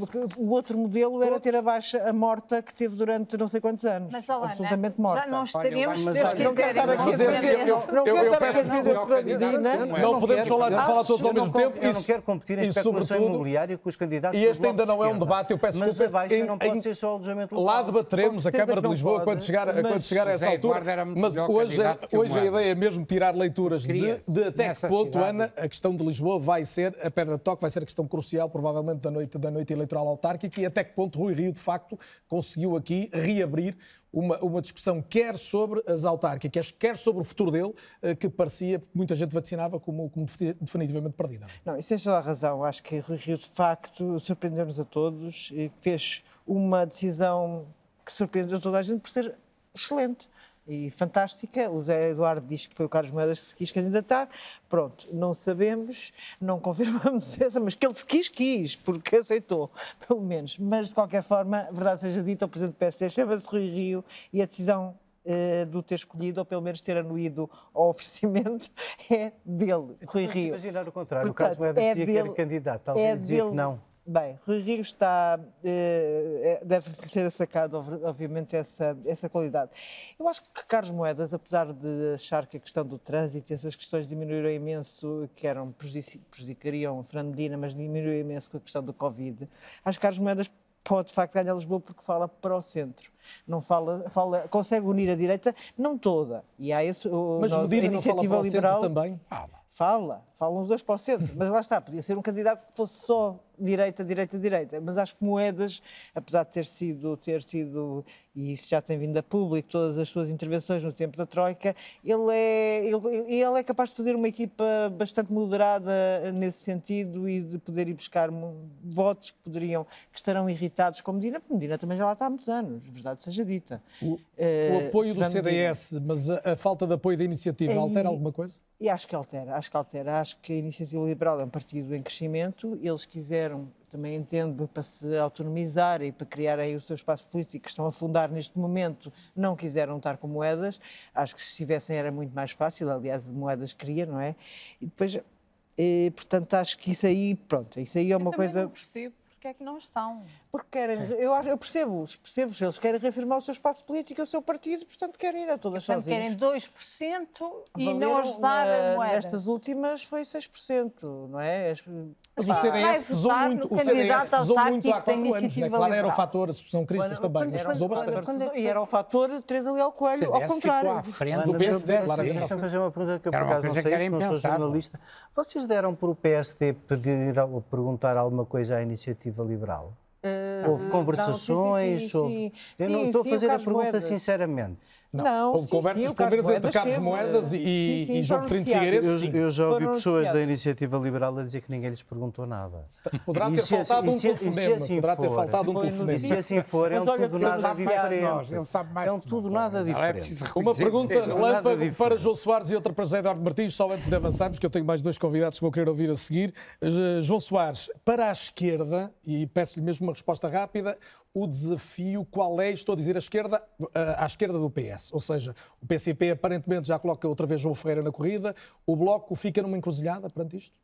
o outro modelo era ter a baixa, a morta que teve durante não sei quantos anos. Mas, oh, Ana, absolutamente morta. já não estaríamos, mas se Deus olha, Não quero quiser, estar aqui a Mas esse- defender- eu- não eu- quero eu estar peço aqui a defender desculpa. para Medina. Não podemos falar, quero- falar todos eu ao não mesmo com- tempo. Eu não quero competir em e, especulação sobretudo, imobiliária com os candidatos E do este Bloco ainda de não é um Esquerda. debate, eu peço Mas desculpa. a Baixa em- não pode em- ser só alojamento local. Lá debateremos Com a Câmara certeza de que não Lisboa pode, quando chegar, mas quando chegar a essa Zé altura. Eduardo era muito Mas melhor hoje, candidato que o hoje a Moedas. ideia é mesmo tirar leituras de, Queria-se. de até que Nessa ponto, cidade. Ana, a questão de Lisboa vai ser a pedra de toque, vai ser a questão crucial, provavelmente, da noite, da noite eleitoral autárquica, e até que ponto Rui Rio, de facto, conseguiu aqui reabrir uma, uma discussão quer sobre as autárquicas, quer sobre o futuro dele, eh, que parecia, muita gente vaticinava como, como definitivamente perdida. Não, isso tem toda a razão. Acho que Rui Rio, de facto, surpreendeu-nos a todos e fez uma decisão que surpreendeu toda a gente por ser excelente e fantástica. O Zé Eduardo diz que foi o Carlos Moedas que se quis candidatar. Pronto, não sabemos, não confirmamos essa, mas que ele se quis, quis, porque aceitou, pelo menos. Mas, de qualquer forma, verdade seja dita, o Presidente do P S D chama-se Rui Rio e a decisão uh, do ter escolhido, ou pelo menos ter anuído ao oferecimento, é dele, Rui Rio. Imaginar o contrário, Portanto, o Carlos Moedas é dizia que era dele- candidato, alguém é dizia que dele- não. Bem, Rui Rio está, eh, deve ser sacado, obviamente, essa, essa qualidade. Eu acho que Carlos Moedas, apesar de achar que a questão do trânsito e essas questões diminuíram imenso, que eram, prejudicariam Fernando Medina, mas diminuíram imenso com a questão do Covid, acho que Carlos Moedas pode, de facto, ganhar Lisboa porque fala para o centro. Não fala, fala, consegue unir a direita, não toda. E há esse, o, Mas nós, Medina a não fala iniciativa para o liberal, centro também? Fala, falam os dois para o centro, mas lá está, podia ser um candidato que fosse só direita, direita, direita, mas acho que Moedas, apesar de ter sido, ter tido, e isso já tem vindo a público, todas as suas intervenções no tempo da Troika, ele é, ele, ele é capaz de fazer uma equipa bastante moderada nesse sentido e de poder ir buscar votos que poderiam, que estarão irritados com Medina, porque Medina também já lá está há muitos anos, verdade seja dita. O, Uh, o apoio do Fernando C D S, mas a, a falta de apoio da iniciativa E- altera alguma coisa? E acho que altera, acho que altera. Acho que a Iniciativa Liberal é um partido em crescimento. Eles quiseram, também entendo, para se autonomizar e para criarem o seu espaço político, que estão a fundar neste momento, não quiseram estar com Moedas. Acho que se estivessem era muito mais fácil, aliás, Moedas queria, não é? E depois, eh, portanto, acho que isso aí, pronto, isso aí é uma Eu coisa... não percebo porque é que não estão. Porque querem, eu, acho- eu percebo-os, percebo-os, eles querem reafirmar o seu espaço político, o seu partido, portanto querem ir a todas Portanto, sozinhos. querem dois por cento e não Valeram, ajudar na- a moeda. Nestas últimas foi seis por cento, não é? As- Mas o C D S pesou votar muito, no o C D S candidato pesou muito há autárquico da quatro anos, né? Iniciativa Claro, era o Liberal. fator Associação Cristas Quando- também, mas quando- pesou quando- bastante. quando- quando- E era o fator Teresa Leal Coelho, ao C D S contrário. ficou à frente Do P S D, do claramente. Deixa-me fazer uma pergunta que eu, por Era uma acaso, não coisa sei, que era isto, não sou impensável. jornalista. Vocês deram por o P S D pedir ou perguntar alguma coisa à Iniciativa Liberal? Uh, Houve não, conversações? sim, sim, houve... sim. Eu não Sim, estou sim, a fazer o a Carlos pergunta Moedas. sinceramente. Não, Não, houve sim, conversas, sim, o pelo menos Carlos entre Carlos Moedas Moedas esteve. e, Sim, sim, e João foram Coutinho de anunciados. Figueiredo. Eu, Sim. eu já ouvi Foram pessoas anunciados. da Iniciativa Liberal a dizer que ninguém lhes perguntou nada. Poderá E ter se é- faltado e um se é- e se telefonema. assim Poderá ter for, faltado um Foi no telefonema. E se assim for, é um Mas olha tudo que nada ele sabe mais diferente. de nós, ele sabe mais É um de tudo nós. nada Não é diferente. preciso Uma reconhecer pergunta que é nada relâmpago diferente. para João Soares e outra para José Eduardo Martins, só antes de avançarmos, que eu tenho mais dois convidados que vou querer ouvir a seguir. Uh, João Soares, para a esquerda, e peço-lhe mesmo uma resposta rápida, o desafio qual é? Estou a dizer a esquerda, uh, à esquerda do P S, ou seja, o P C P aparentemente já coloca outra vez João Ferreira na corrida, o Bloco fica numa encruzilhada perante isto?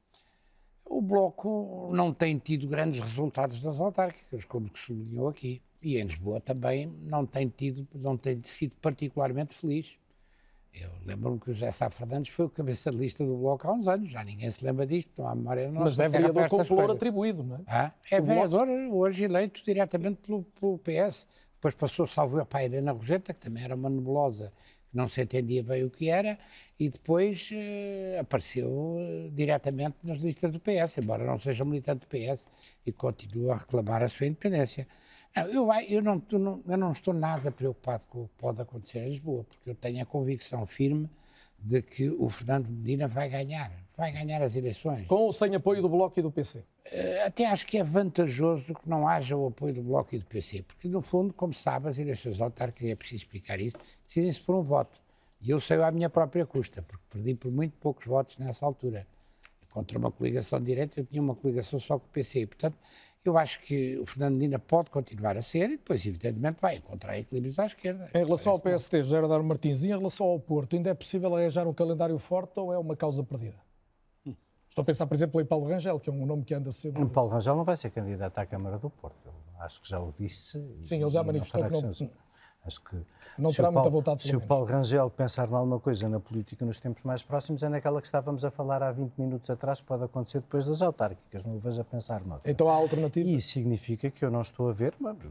O Bloco não tem tido grandes resultados das autárquicas, como que sublinhou aqui. E em Lisboa também não tem, tido, não tem sido particularmente feliz. Eu lembro-me que o José Sá Fernandes foi o cabeça de lista do Bloco há uns anos, já ninguém se lembra disto, não há memória nossa. Mas é vereador com valor atribuído, não é? Ah, é O vereador hoje eleito diretamente pelo, pelo P S. Depois passou, salvo para a Helena Roseta, que também era uma nebulosa, que não se entendia bem o que era, e depois eh, apareceu eh, diretamente nas listas do P S, embora não seja militante do P S, e continua a reclamar a sua independência. Não, eu, eu, não, eu, não, eu não estou nada preocupado com o que pode acontecer em Lisboa, porque eu tenho a convicção firme de que o Fernando Medina vai ganhar, vai ganhar as eleições. Com ou sem apoio do Bloco e do P C? Até acho que é vantajoso que não haja o apoio do Bloco e do P C, porque no fundo, como sabe, as eleições autárquicas, é preciso explicar isso, decidem-se por um voto. E eu saio à minha própria custa, porque perdi por muito poucos votos nessa altura. Contra uma coligação de direita, eu tinha uma coligação só com o P C. E, portanto, eu acho que o Fernando Medina pode continuar a ser e depois, evidentemente, vai encontrar equilíbrios à esquerda. Em relação ao P S T, José Eduardo Martins, e em relação ao Porto, ainda é possível arranjar um calendário forte ou é uma causa perdida? Hum. Estou a pensar, por exemplo, em Paulo Rangel, que é um nome que anda cedo. O Paulo Rangel não vai ser candidato à Câmara do Porto. Eu acho que já o disse. Sim, ele já manifestou que não... Acho que não terá muita vontade. Se o Paulo Rangel pensar em alguma coisa na política nos tempos mais próximos, é naquela que estávamos a falar há vinte minutos atrás, que pode acontecer depois das autárquicas. Não o vejo a pensar noutra. Então há alternativa? E isso significa que eu não estou a ver, mas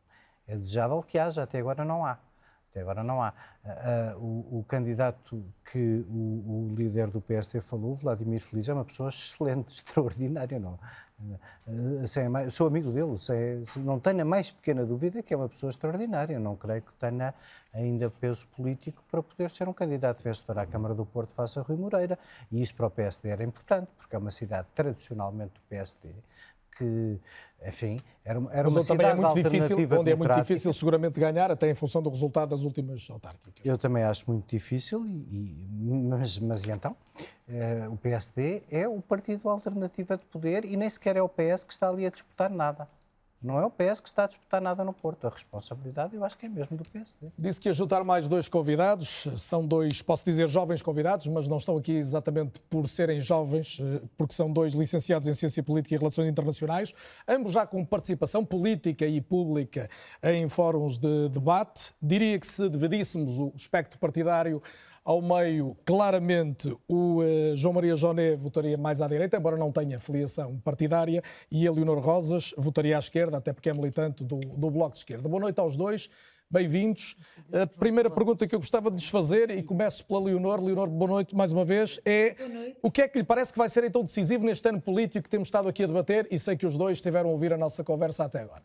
é desejável que haja, até agora não há. Até agora não há. Uh, uh, o, o candidato que o, o líder do P S T falou, Vladimir Feliz, é uma pessoa excelente, extraordinária. Não? Uh, sem mais, sou amigo dele, sem, não tenho a mais pequena dúvida que é uma pessoa extraordinária. Não creio que tenha ainda peso político para poder ser um candidato vencedor à Câmara do Porto face a Rui Moreira. E isso para o P S D era importante, porque é uma cidade tradicionalmente do P S D, que, enfim, era, era uma cidade é muito difícil, onde é muito difícil seguramente ganhar, até em função do resultado das últimas autárquicas. Eu também acho muito difícil, e, e, mas, mas e então? Eh, o P S D é o partido alternativa de poder e nem sequer é o P S que está ali a disputar nada. Não é o P S que está a disputar nada no Porto. A responsabilidade eu acho que é mesmo do P S D. Disse que ia juntar mais dois convidados. São dois, posso dizer, jovens convidados, mas não estão aqui exatamente por serem jovens, porque são dois licenciados em Ciência Política e Relações Internacionais, ambos já com participação política e pública em fóruns de debate. Diria que se dividíssemos o espectro partidário ao meio, claramente, o uh, João Maria Joné votaria mais à direita, embora não tenha filiação partidária, e a Leonor Rosas votaria à esquerda, até porque é militante do, do Bloco de Esquerda. Boa noite aos dois, bem-vindos. A primeira pergunta que eu gostava de lhes fazer, e começo pela Leonor. Leonor, boa noite mais uma vez, é o que é que lhe parece que vai ser então decisivo neste ano político que temos estado aqui a debater, e sei que os dois estiveram a ouvir a nossa conversa até agora.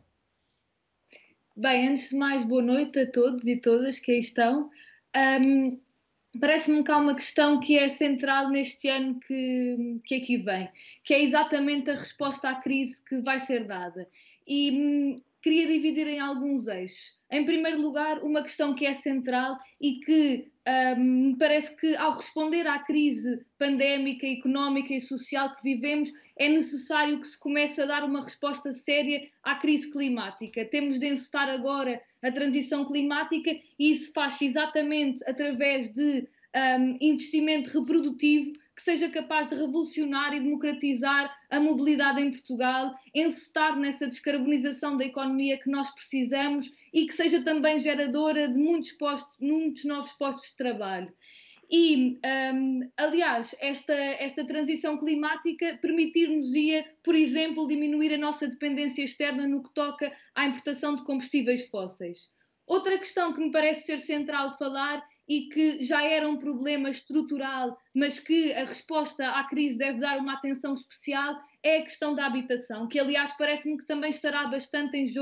Bem, antes de mais, boa noite a todos e todas que aí estão. Um... Parece-me que há uma questão que é central neste ano que, que aqui vem, que é exatamente a resposta à crise que vai ser dada. E hum, queria dividir em alguns eixos. Em primeiro lugar, uma questão que é central e que hum, me parece que, ao responder à crise pandémica, económica e social que vivemos, é necessário que se comece a dar uma resposta séria à crise climática. Temos de encetar agora a transição climática e isso faz exatamente através de um, investimento reprodutivo que seja capaz de revolucionar e democratizar a mobilidade em Portugal, encetar nessa descarbonização da economia que nós precisamos e que seja também geradora de muitos, postos, muitos novos postos de trabalho. E, um, aliás, esta, esta transição climática permitir-nos-ia, por exemplo, diminuir a nossa dependência externa no que toca à importação de combustíveis fósseis. Outra questão que me parece ser central falar e que já era um problema estrutural, mas que a resposta à crise deve dar uma atenção especial, é a questão da habitação, que, aliás, parece-me que também estará bastante em jogo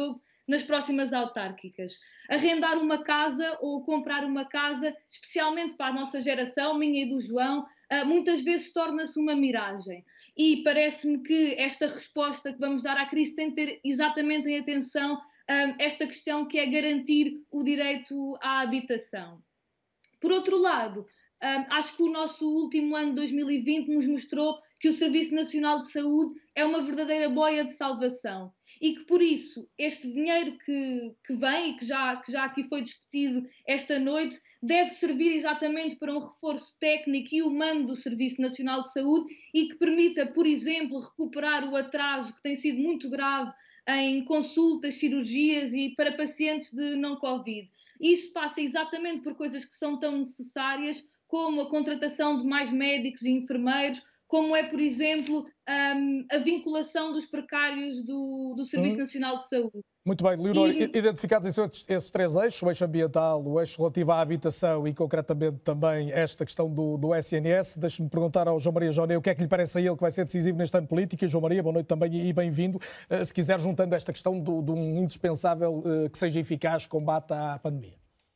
nas próximas autárquicas. Arrendar uma casa ou comprar uma casa, especialmente para a nossa geração, minha e do João, muitas vezes torna-se uma miragem. E parece-me que esta resposta que vamos dar à crise tem de ter exatamente em atenção esta questão que é garantir o direito à habitação. Por outro lado, acho que o nosso último ano de dois mil e vinte nos mostrou que o Serviço Nacional de Saúde é uma verdadeira boia de salvação e que, por isso, este dinheiro que, que vem e que já, que já aqui foi discutido esta noite deve servir exatamente para um reforço técnico e humano do Serviço Nacional de Saúde e que permita, por exemplo, recuperar o atraso que tem sido muito grave em consultas, cirurgias e para pacientes de não-Covid. Isso passa exatamente por coisas que são tão necessárias como a contratação de mais médicos e enfermeiros, como é, por exemplo, um, a vinculação dos precários do, do Serviço hum. Nacional de Saúde. Muito bem, Leonor, e... identificados esses, esses três eixos, o eixo ambiental, o eixo relativo à habitação e concretamente também esta questão do, do S N S, deixe-me perguntar ao João Maria Joné o que é que lhe parece a ele que vai ser decisivo neste ano político. E, João Maria, boa noite também e bem-vindo. Uh, se quiser, juntando esta questão do, de um indispensável uh, que seja eficaz combate à pandemia.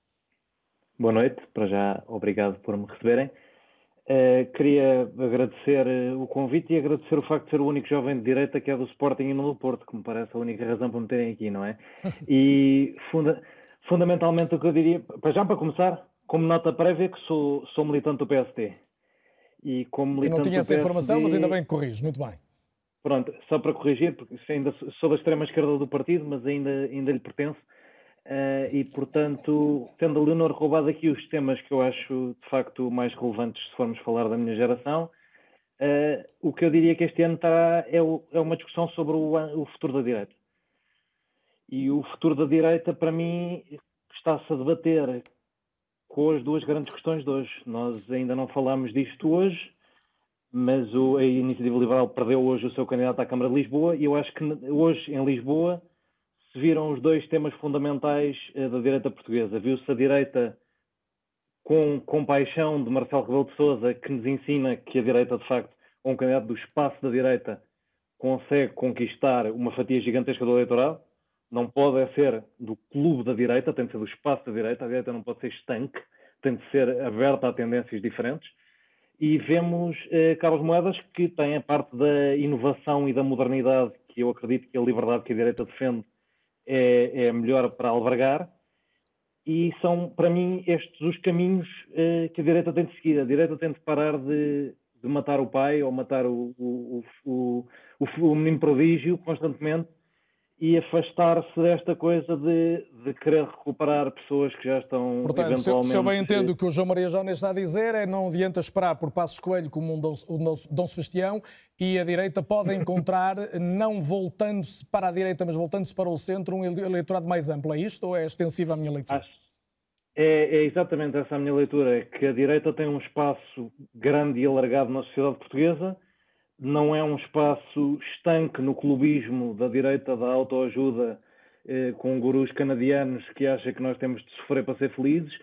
Boa noite, para já obrigado por me receberem. Uh, queria agradecer uh, o convite e agradecer o facto de ser o único jovem de direita que é do Sporting e não do Porto, que me parece a única razão para me terem aqui, não é? E funda fundamentalmente o que eu diria, para já para começar, como nota prévia, que sou, sou militante do P S D. E como militante eu não tinha essa do P S D, informação, mas ainda bem que corrijo, muito bem. Pronto, só para corrigir, porque ainda sou da extrema-esquerda do partido, mas ainda, ainda lhe pertenço. Uh, e, portanto, tendo a Leonor roubado aqui os temas que eu acho, de facto, mais relevantes se formos falar da minha geração, uh, o que eu diria que este ano está, é, o, é uma discussão sobre o, o futuro da direita. E o futuro da direita, para mim, está-se a debater com as duas grandes questões de hoje. Nós ainda não falámos disto hoje, mas o, a Iniciativa Liberal perdeu hoje o seu candidato à Câmara de Lisboa e eu acho que hoje, em Lisboa, se viram os dois temas fundamentais uh, da direita portuguesa. Viu-se a direita com compaixão de Marcelo Rebelo de Sousa, que nos ensina que a direita, de facto, ou um candidato do espaço da direita, consegue conquistar uma fatia gigantesca do eleitorado. Não pode ser do clube da direita, tem de ser do espaço da direita. A direita não pode ser estanque, tem de ser aberta a tendências diferentes. E vemos uh, Carlos Moedas, que tem a parte da inovação e da modernidade, que eu acredito que a liberdade que a direita defende É, é melhor para albergar, e são, para mim, estes os caminhos eh, que a direita tem de seguir. A direita tem de parar de, de matar o pai ou matar o, o, o, o, o menino prodígio constantemente e afastar-se desta coisa de, de querer recuperar pessoas que já estão Portanto, eventualmente... se eu bem entendo o que o João Maria Joné está a dizer, é não adianta esperar por Passos Coelho como um Dom, um Dom Sebastião, e a direita pode encontrar, não voltando-se para a direita, mas voltando-se para o centro, um eleitorado mais amplo. É isto ou é extensiva a minha leitura? Acho. É, é exatamente essa a minha leitura, é que a direita tem um espaço grande e alargado na sociedade portuguesa, não é um espaço estanque no clubismo da direita da autoajuda eh, com gurus canadianos que acha que nós temos de sofrer para ser felizes,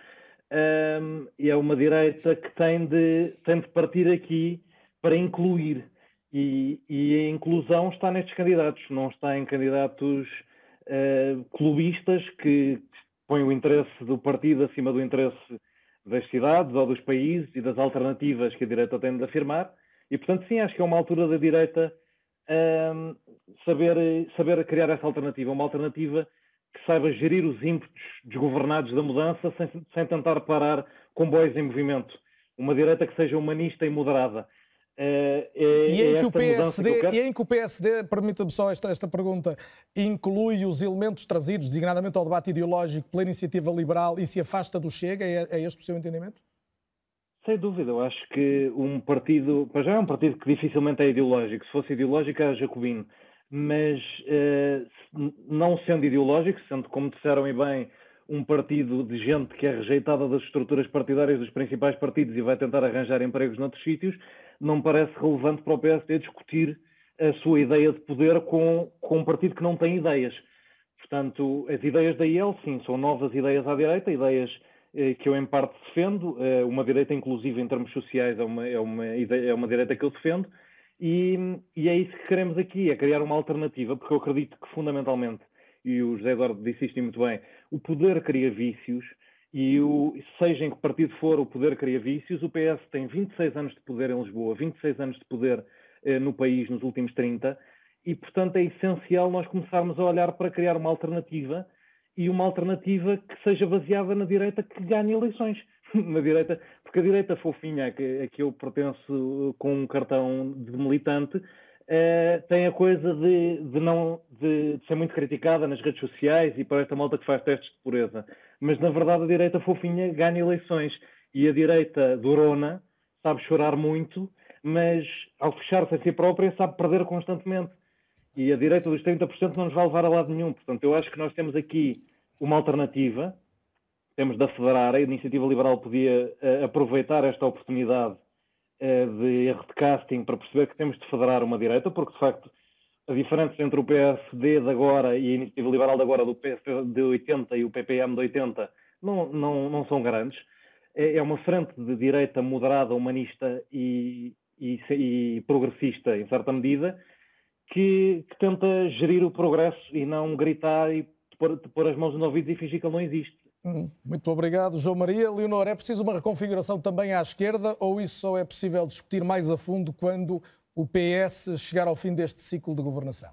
um, e é uma direita que tem de, tem de partir aqui para incluir, e, e a inclusão está nestes candidatos, não está em candidatos uh, clubistas que põem o interesse do partido acima do interesse das cidades ou dos países e das alternativas que a direita tem de afirmar. E, portanto, sim, acho que é uma altura da direita um, saber, saber criar essa alternativa. Uma alternativa que saiba gerir os ímpetos desgovernados da mudança sem, sem tentar parar comboios em movimento. Uma direita que seja humanista e moderada. Uh, é, e, em é que o P S D, que e em que o P S D, permita-me só esta, esta pergunta, inclui os elementos trazidos, designadamente ao debate ideológico pela iniciativa liberal e se afasta do Chega? É, é este o seu entendimento? Sem dúvida, eu acho que um partido, para já é um partido que dificilmente é ideológico, se fosse ideológico era jacobino, mas eh, não sendo ideológico, sendo, como disseram e bem, um partido de gente que é rejeitada das estruturas partidárias dos principais partidos e vai tentar arranjar empregos noutros sítios, não me parece relevante para o P S D discutir a sua ideia de poder com, com um partido que não tem ideias. Portanto, as ideias da I E L, sim, são novas ideias à direita, ideias que eu em parte defendo, uma direita inclusiva em termos sociais é uma, é uma, ideia, é uma direita que eu defendo, e, e é isso que queremos aqui, é criar uma alternativa, porque eu acredito que fundamentalmente e o José Eduardo disse isto muito bem, o poder cria vícios, e o, seja em que partido for, o poder cria vícios. O P S tem vinte e seis anos de poder em Lisboa, vinte e seis anos de poder eh, no país nos últimos trinta, e, portanto, é essencial nós começarmos a olhar para criar uma alternativa, e uma alternativa que seja baseada na direita que ganhe eleições. Na direita, porque a direita fofinha a que, a que eu pertenço com um cartão de militante, Uh, tem a coisa de, de, não, de, de ser muito criticada nas redes sociais e para esta malta que faz testes de pureza. Mas, na verdade, a direita fofinha ganha eleições. E a direita durona sabe chorar muito, mas, ao fechar-se a si própria, sabe perder constantemente. E a direita dos trinta por cento não nos vai levar a lado nenhum. Portanto, eu acho que nós temos aqui uma alternativa. Temos de federar. A Iniciativa Liberal podia uh, aproveitar esta oportunidade de erro de casting para perceber que temos de federar uma direita, porque de facto a diferença entre o P S D de agora e a Iniciativa Liberal de agora, do P S de oitenta e o P P M de oitenta, não, não, não são grandes. É uma frente de direita moderada, humanista e, e, e progressista, em certa medida, que, que tenta gerir o progresso e não gritar e pôr, pôr as mãos nos ouvidos e fingir que ele não existe. Muito obrigado, João Maria. Leonor, é preciso uma reconfiguração também à esquerda ou isso só é possível discutir mais a fundo quando o P S chegar ao fim deste ciclo de governação?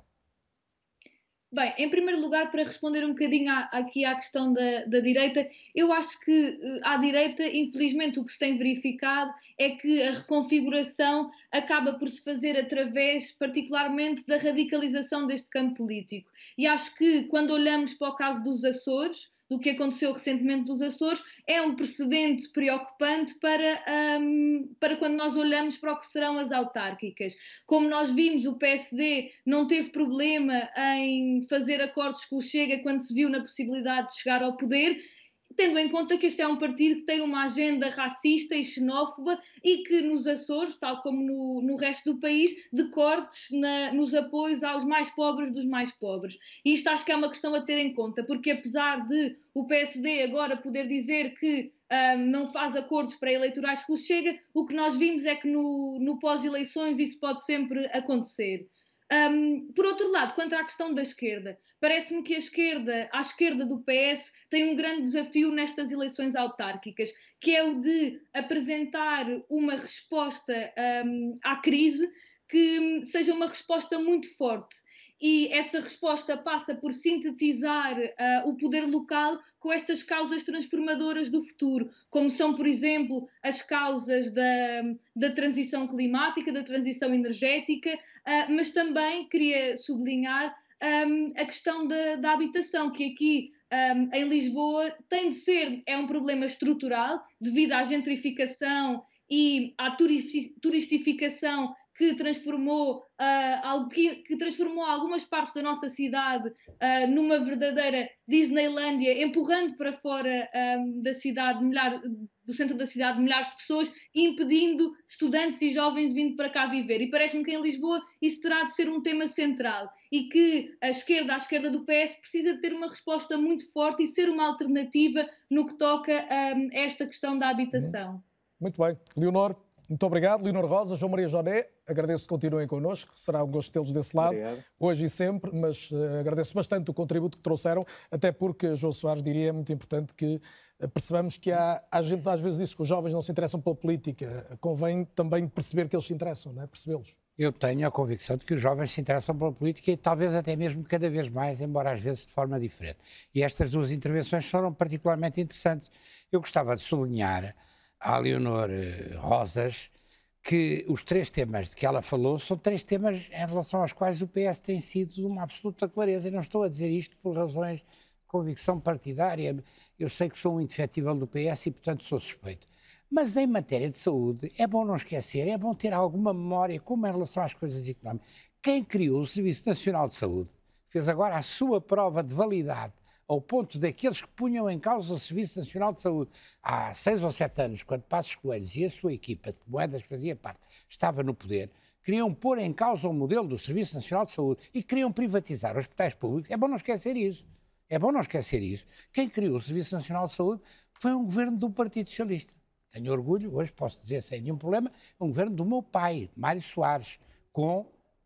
Bem, em primeiro lugar, para responder um bocadinho à, aqui à questão da, da direita, eu acho que à direita, infelizmente, o que se tem verificado é que a reconfiguração acaba por se fazer através, particularmente, da radicalização deste campo político. E acho que, quando olhamos para o caso dos Açores, do que aconteceu recentemente dos Açores, é um precedente preocupante para, um, para quando nós olhamos para o que serão as autárquicas. Como nós vimos, o P S D não teve problema em fazer acordos com o Chega quando se viu na possibilidade de chegar ao poder, tendo em conta que este é um partido que tem uma agenda racista e xenófoba e que nos Açores, tal como no, no resto do país, de cortes na, nos apoios aos mais pobres dos mais pobres. E isto acho que é uma questão a ter em conta, porque apesar de o P S D agora poder dizer que um, não faz acordos pré-eleitorais com o Chega, o que nós vimos é que no, no pós-eleições isso pode sempre acontecer. Um, por outro lado, quanto à questão da esquerda, parece-me que a esquerda, a esquerda do P S tem um grande desafio nestas eleições autárquicas, que é o de apresentar uma resposta um, à crise que seja uma resposta muito forte. E essa resposta passa por sintetizar uh, o poder local com estas causas transformadoras do futuro, como são, por exemplo, as causas da, da transição climática, da transição energética, uh, mas também queria sublinhar um, a questão da, da habitação, que aqui um, em Lisboa tem de ser, é um problema estrutural, devido à gentrificação e à turistificação que transformou, uh, que, que transformou algumas partes da nossa cidade uh, numa verdadeira Disneylândia, empurrando para fora um, da cidade, milhares, do centro da cidade, milhares de pessoas, impedindo estudantes e jovens de vir para cá viver. E parece-me que em Lisboa isso terá de ser um tema central e que a esquerda, a esquerda do P S, precisa de ter uma resposta muito forte e ser uma alternativa no que toca um, a esta questão da habitação. Muito bem. Leonor, muito obrigado. Leonor Rosa, João Maria Joné, agradeço que continuem connosco, será um gosto tê-los desse lado, obrigado. Hoje e sempre, mas uh, agradeço bastante o contributo que trouxeram, até porque, João Soares, diria, é muito importante que uh, percebamos que há, há gente às vezes diz que os jovens não se interessam pela política, convém também perceber que eles se interessam, não é? Percebê-los. Eu tenho a convicção de que os jovens se interessam pela política e talvez até mesmo cada vez mais, embora às vezes de forma diferente. E estas duas intervenções foram particularmente interessantes. Eu gostava de sublinhar à Leonor Rosas que os três temas de que ela falou são três temas em relação aos quais o P S tem sido de uma absoluta clareza. E não estou a dizer isto por razões de convicção partidária. Eu sei que sou um indefetível do P S e, portanto, sou suspeito. Mas em matéria de saúde, é bom não esquecer, é bom ter alguma memória, como em relação às coisas económicas. Quem criou o Serviço Nacional de Saúde fez agora a sua prova de validade ao ponto daqueles que punham em causa o Serviço Nacional de Saúde há seis ou sete anos, quando Passos Coelho e a sua equipa, de que Moedas fazia parte, estava no poder, queriam pôr em causa o modelo do Serviço Nacional de Saúde e queriam privatizar hospitais públicos. É bom não esquecer isso. É bom não esquecer isso. Quem criou o Serviço Nacional de Saúde foi um governo do Partido Socialista. Tenho orgulho, hoje posso dizer sem nenhum problema, é um governo do meu pai, Mário Soares, com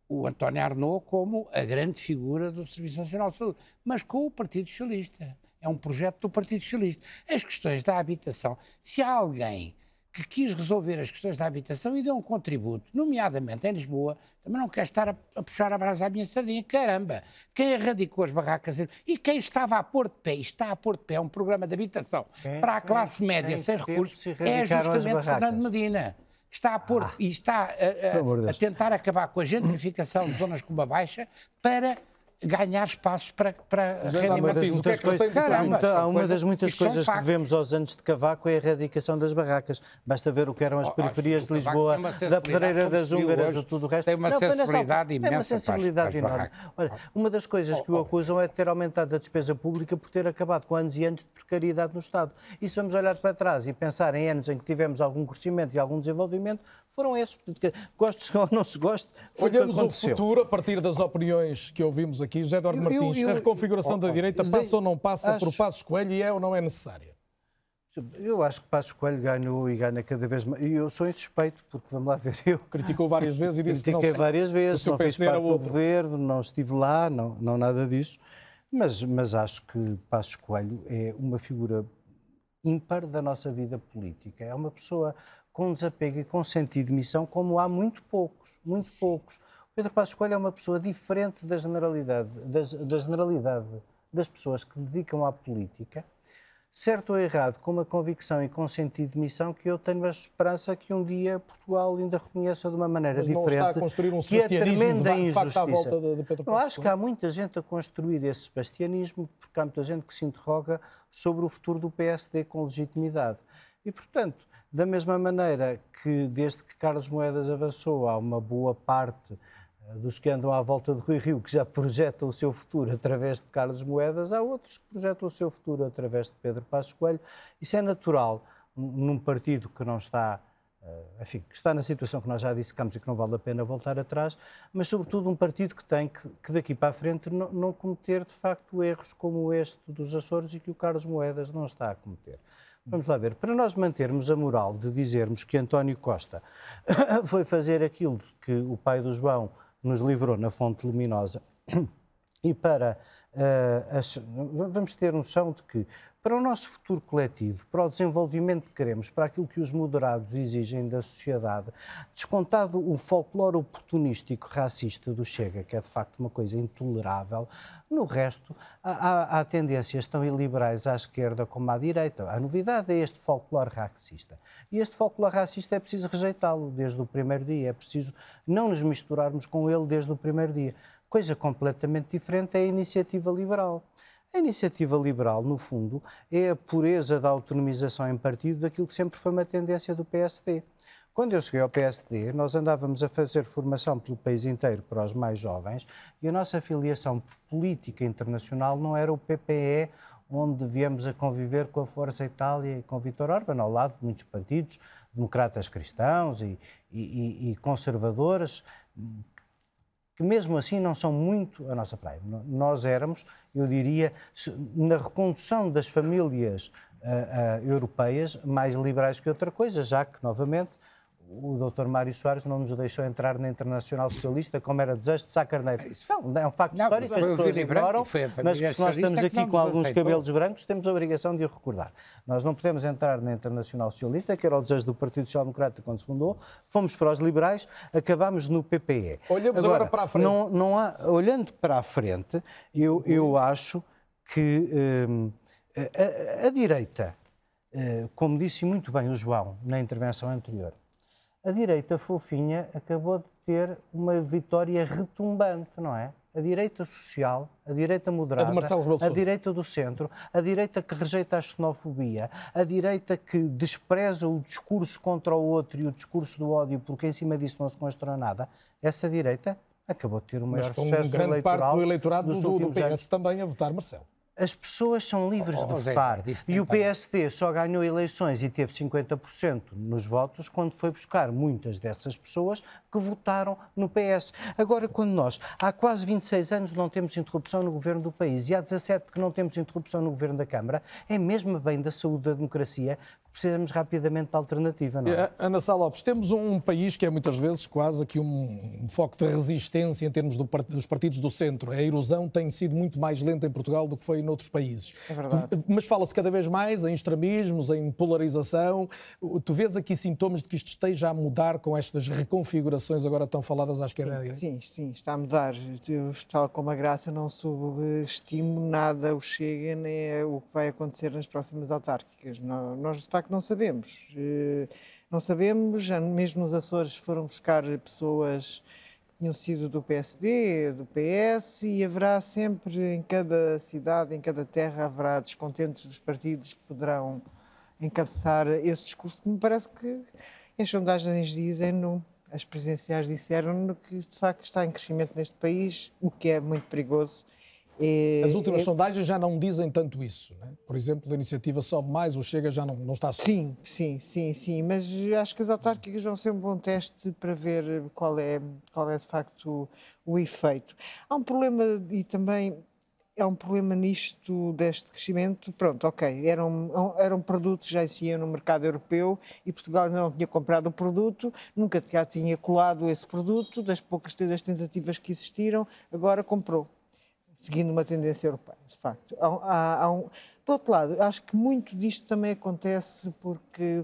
o António Arnaud como a grande figura do Serviço Nacional de Saúde, mas com o Partido Socialista. É um projeto do Partido Socialista. As questões da habitação, se há alguém que quis resolver as questões da habitação e deu um contributo, nomeadamente em Lisboa, também não quer estar a, a puxar a brasa à minha sardinha. Caramba, quem erradicou as barracas e quem estava a pôr de pé, e está a pôr de pé um programa de habitação quem, para a classe quem, média quem sem recursos, é justamente Fernando Medina. Está a pôr ah, e está a, a, a tentar acabar com a gentrificação de zonas como a Baixa para ganhar espaços para, para reanimação. Há uma das muitas coisas que devemos aos anos de Cavaco é a erradicação das barracas. Basta ver o que eram as periferias de Lisboa, da Pedreira das Húngaras ou tudo o resto. Tem uma sensibilidade imensa. É uma sensibilidade enorme. Olha, uma das coisas que o acusam é de ter aumentado a despesa pública por ter acabado com anos e anos de precariedade no Estado. E se vamos olhar para trás e pensar em anos em que tivemos algum crescimento e algum desenvolvimento, foram esses. Goste ou não se goste, foi Olhamos o futuro a partir das opiniões que ouvimos aqui. José Eduardo Martins, eu, eu, eu, a reconfiguração eu, da direita eu, passa ou não passa acho, por Passos Coelho e é ou não é necessária? Eu acho que Passos Coelho ganhou e ganha cada vez mais. E eu sou insuspeito, porque vamos lá ver, eu... Criticou várias vezes e disse Critiquei que não... várias vezes, não fiz parte do governo, não estive lá, não, não nada disso. Mas, mas acho que Passos Coelho é uma figura ímpar da nossa vida política. É uma pessoa com desapego e com sentido de missão como há muito poucos, muito Sim. poucos. Pedro Passos Coelho é uma pessoa diferente da generalidade, das, da generalidade das pessoas que dedicam à política, certo ou errado, com uma convicção e com sentido de missão que eu tenho a esperança que um dia Portugal ainda reconheça de uma maneira Mas diferente, não está a construir um que é tremenda de injustiça. À volta de, de Pedro eu acho que há muita gente a construir esse sebastianismo, porque há muita gente que se interroga sobre o futuro do P S D com legitimidade. E, portanto, da mesma maneira que desde que Carlos Moedas avançou há uma boa parte dos que andam à volta de Rui Rio, que já projetam o seu futuro através de Carlos Moedas, há outros que projetam o seu futuro através de Pedro Passos Coelho. Isso é natural num partido que não está, enfim, que está na situação que nós já dissecamos e que não vale a pena voltar atrás, mas sobretudo um partido que tem que, que daqui para a frente não, não cometer de facto erros como este dos Açores e que o Carlos Moedas não está a cometer. Vamos lá ver, para nós mantermos a moral de dizermos que António Costa foi fazer aquilo que o pai do João nos livrou na Fonte Luminosa e para uh, as, vamos ter noção de que para o nosso futuro coletivo, para o desenvolvimento que queremos, para aquilo que os moderados exigem da sociedade, descontado o folclore oportunístico racista do Chega, que é de facto uma coisa intolerável, no resto há, há, há tendências tão iliberais à esquerda como à direita. A novidade é este folclore racista. E este folclore racista é preciso rejeitá-lo desde o primeiro dia, é preciso não nos misturarmos com ele desde o primeiro dia. Coisa completamente diferente é a iniciativa liberal. A iniciativa liberal, no fundo, é a pureza da autonomização em partido daquilo que sempre foi uma tendência do P S D. Quando eu cheguei ao P S D, nós andávamos a fazer formação pelo país inteiro para os mais jovens e a nossa filiação política internacional não era o P P E, onde viemos a conviver com a Força Itália e com Vítor Orbán, ao lado de muitos partidos, democratas cristãos e, e, e conservadores, que mesmo assim não são muito a nossa praia. Nós éramos, eu diria, na recondução das famílias uh, uh, europeias, mais liberais que outra coisa, já que, novamente, o doutor Mário Soares não nos deixou entrar na Internacional Socialista, como era desejo de Sá Carneiro. Não, é um facto não, histórico, as pessoas ignoram, mas que se nós estamos aqui com alguns aceitou. cabelos brancos, temos a obrigação de o recordar. Nós não podemos entrar na Internacional Socialista, que era o desejo do Partido Social Democrata quando se fundou, fomos para os liberais, acabámos no P P E. Olhamos agora, agora para a frente. Não, não há, olhando para a frente, eu, eu acho que hum, a, a, a direita, hum, como disse muito bem o João na intervenção anterior, a direita fofinha acabou de ter uma vitória retumbante, não é? A direita social, a direita moderada, a, a direita do centro, a direita que rejeita a xenofobia, a direita que despreza o discurso contra o outro e o discurso do ódio, porque em cima disso não se constrói nada, essa direita acabou de ter o maior Mas com sucesso grande eleitoral parte do eleitorado dos do, do P S anos. também a votar Marcelo. As pessoas são livres oh, de oh, votar Zé, e o P S D só ganhou eleições e teve cinquenta por cento nos votos quando foi buscar muitas dessas pessoas que votaram no P S. Agora, quando nós há quase vinte e seis anos não temos interrupção no governo do país e há dezassete que não temos interrupção no governo da Câmara, é mesmo bem da saúde da democracia que precisamos rapidamente de alternativa, não é? Ana Sá Lopes, temos um país que é muitas vezes quase aqui um, um foco de resistência em termos do, dos partidos do centro. A erosão tem sido muito mais lenta em Portugal do que foi noutros países. É verdade. Mas fala-se cada vez mais em extremismos, em polarização. Tu vês aqui sintomas de que isto esteja a mudar com estas reconfigurações agora tão faladas à esquerda e à direita? Sim, sim, está a mudar. Eu, tal como a Graça, não subestimo nada o Chega nem é o que vai acontecer nas próximas autárquicas. Nós, de facto, não sabemos. Não sabemos, mesmo nos Açores foram buscar pessoas que tinham sido do P S D, do P S, e haverá sempre, em cada cidade, em cada terra, haverá descontentes dos partidos que poderão encabeçar esse discurso, que me parece que as sondagens dizem-no, as presidenciais disseram que de facto está em crescimento neste país, o que é muito perigoso. É, As últimas é... sondagens já não dizem tanto isso, né? Por exemplo, a iniciativa sobe mais, o Chega já não, não está... Sim, sim, sim, sim, mas acho que as autárquicas vão ser um bom teste para ver qual é, qual é de facto o, o efeito. Há um problema, e também é um problema nisto deste crescimento, pronto, ok, era um, era um produto que já existia no mercado europeu e Portugal ainda não tinha comprado o produto, nunca já tinha colado esse produto, das poucas das tentativas que existiram, agora comprou, seguindo uma tendência europeia, de facto. Há, há, há um... Por outro lado, acho que muito disto também acontece porque,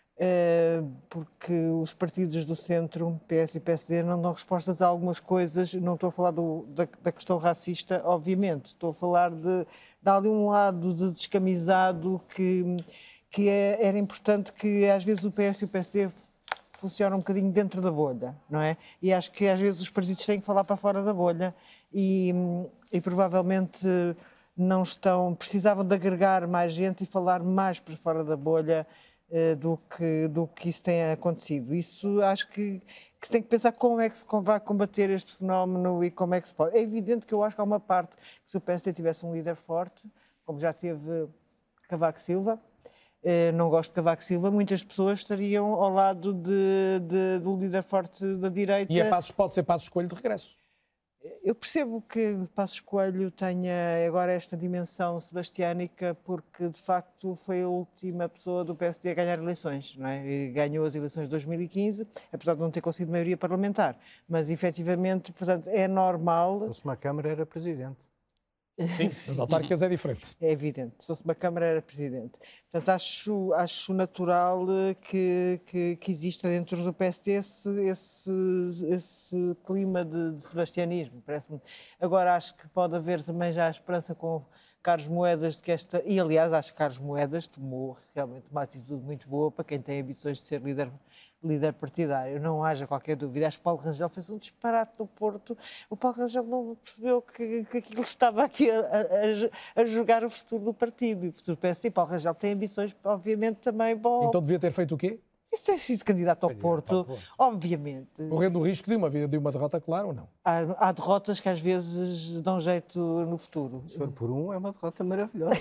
eh, porque os partidos do centro, P S e P S D, não dão respostas a algumas coisas. Não estou a falar do, da, da questão racista, obviamente. Estou a falar de, de ali um lado de descamisado que, que é, era importante que às vezes o P S e o P S D funcionam um bocadinho dentro da bolha, não é? E acho que às vezes os partidos têm que falar para fora da bolha e, e provavelmente não estão, precisavam de agregar mais gente e falar mais para fora da bolha uh, do, que, do que isso tem acontecido. Isso acho que, que se tem que pensar como é que se vai combater este fenómeno e como é que se pode. É evidente que eu acho que há uma parte que se o P S D tivesse um líder forte, como já teve Cavaco Silva, Uh, não gosto de Cavaco Silva, muitas pessoas estariam ao lado de, de, do líder forte da direita. E é Passos, pode ser Passos Coelho de regresso? Eu percebo que Passos Coelho tenha agora esta dimensão sebastiânica porque, de facto, foi a última pessoa do P S D a ganhar eleições, não é? E ganhou as eleições de dois mil e quinze, apesar de não ter conseguido maioria parlamentar. Mas, efetivamente, portanto, é normal... Se fosse uma Câmara, era presidente. Sim, as autárquicas é diferente. É evidente. Se fosse uma Câmara, era presidente. Portanto, acho, acho natural que, que, que exista dentro do P S D esse, esse, esse clima de, de sebastianismo, parece-me. Agora, acho que pode haver também já a esperança com Carlos Moedas de que esta... E, aliás, acho que Carlos Moedas tomou realmente uma atitude muito boa para quem tem ambições de ser líder líder partidário, não haja qualquer dúvida. Acho que Paulo Rangel fez um disparate no Porto. O Paulo Rangel não percebeu que, que aquilo estava aqui a, a, a jogar o futuro do partido. E o futuro do P S D. Paulo Rangel tem ambições, obviamente, também... Bom, então devia ter feito o quê? Isso ter sido candidato ao Porto, obviamente. Correndo o risco de uma, de uma derrota, claro, ou não? Há, há derrotas que às vezes dão jeito no futuro. Se for por um, é uma derrota maravilhosa.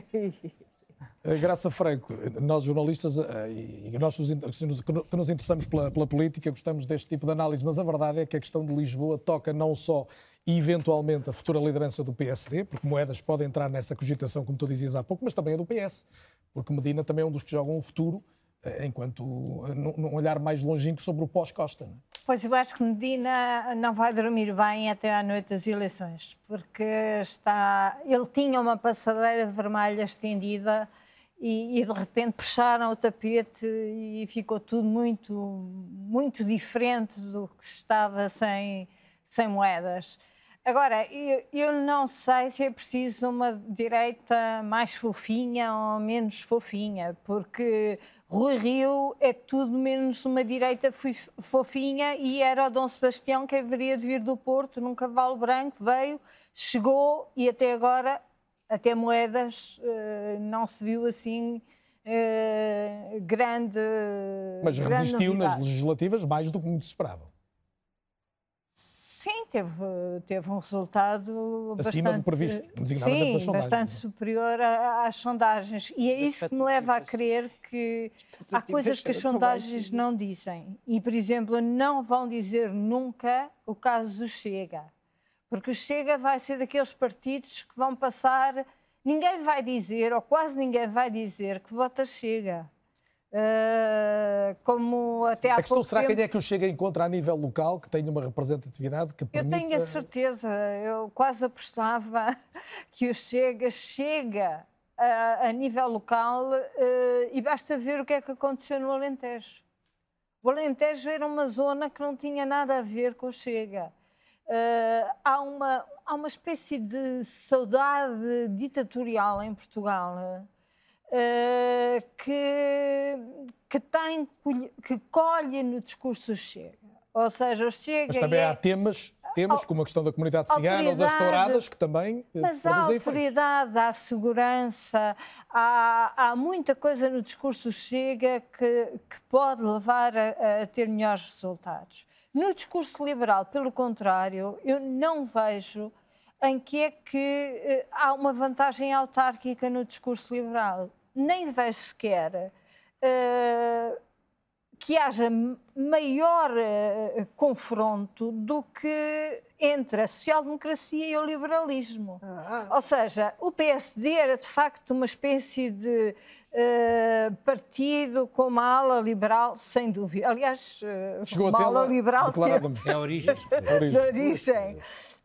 Graça Franco, nós jornalistas e nós que nos interessamos pela, pela política gostamos deste tipo de análise, mas a verdade é que a questão de Lisboa toca não só eventualmente a futura liderança do P S D, porque Moedas pode entrar nessa cogitação, como tu dizias há pouco, mas também a do P S, porque Medina também é um dos que jogam o futuro, enquanto num olhar mais longínquo sobre o pós-Costa. Não é? Pois eu acho que Medina não vai dormir bem até à noite das eleições, porque está, ele tinha uma passadeira vermelha estendida e, e de repente puxaram o tapete e ficou tudo muito, muito diferente do que estava sem, sem Moedas. Agora, eu, eu não sei se é preciso uma direita mais fofinha ou menos fofinha, porque Rui Rio é tudo menos uma direita fofinha e era o Dom Sebastião que haveria de vir do Porto num cavalo branco, veio, chegou e até agora, até Moedas, não se viu assim grande... Mas grande resistiu novidade. Nas legislativas mais do que muito se esperava. Sim, teve, teve um resultado acima bastante, do previsto, designadamente sim, das sondagens. bastante superior a, às sondagens. E é isso que me leva a crer que há coisas que as sondagens não dizem. E, por exemplo, não vão dizer nunca o caso do Chega. Porque o Chega vai ser daqueles partidos que vão passar... Ninguém vai dizer, ou quase ninguém vai dizer, que vota Chega. Uh, como até há A questão pouco será tempo... quem é que o Chega encontra a nível local, que tenha uma representatividade que permita... Eu tenho a certeza, eu quase apostava que o Chega chega a, a nível local uh, e basta ver o que é que aconteceu no Alentejo. O Alentejo era uma zona que não tinha nada a ver com o Chega. Uh, há, uma, há uma espécie de saudade ditatorial em Portugal, Uh, que, que, tem, que colhe no discurso do Chega. Ou seja, o Chega... Mas também é... há temas, temas como a questão da comunidade cigana ou das touradas, que também... Mas há autoridade, há segurança, há, há muita coisa no discurso do Chega que, que pode levar a, a ter melhores resultados. No discurso liberal, pelo contrário, eu não vejo em que é que uh, há uma vantagem autárquica no discurso liberal. Nem vejo sequer uh, que haja maior uh, confronto do que entre a social-democracia e o liberalismo. Ah, ah. Ou seja, o P S D era de facto uma espécie de uh, partido com uma ala liberal, sem dúvida. Aliás, uh, Chegou uma a ala liberal é a origem. de origem.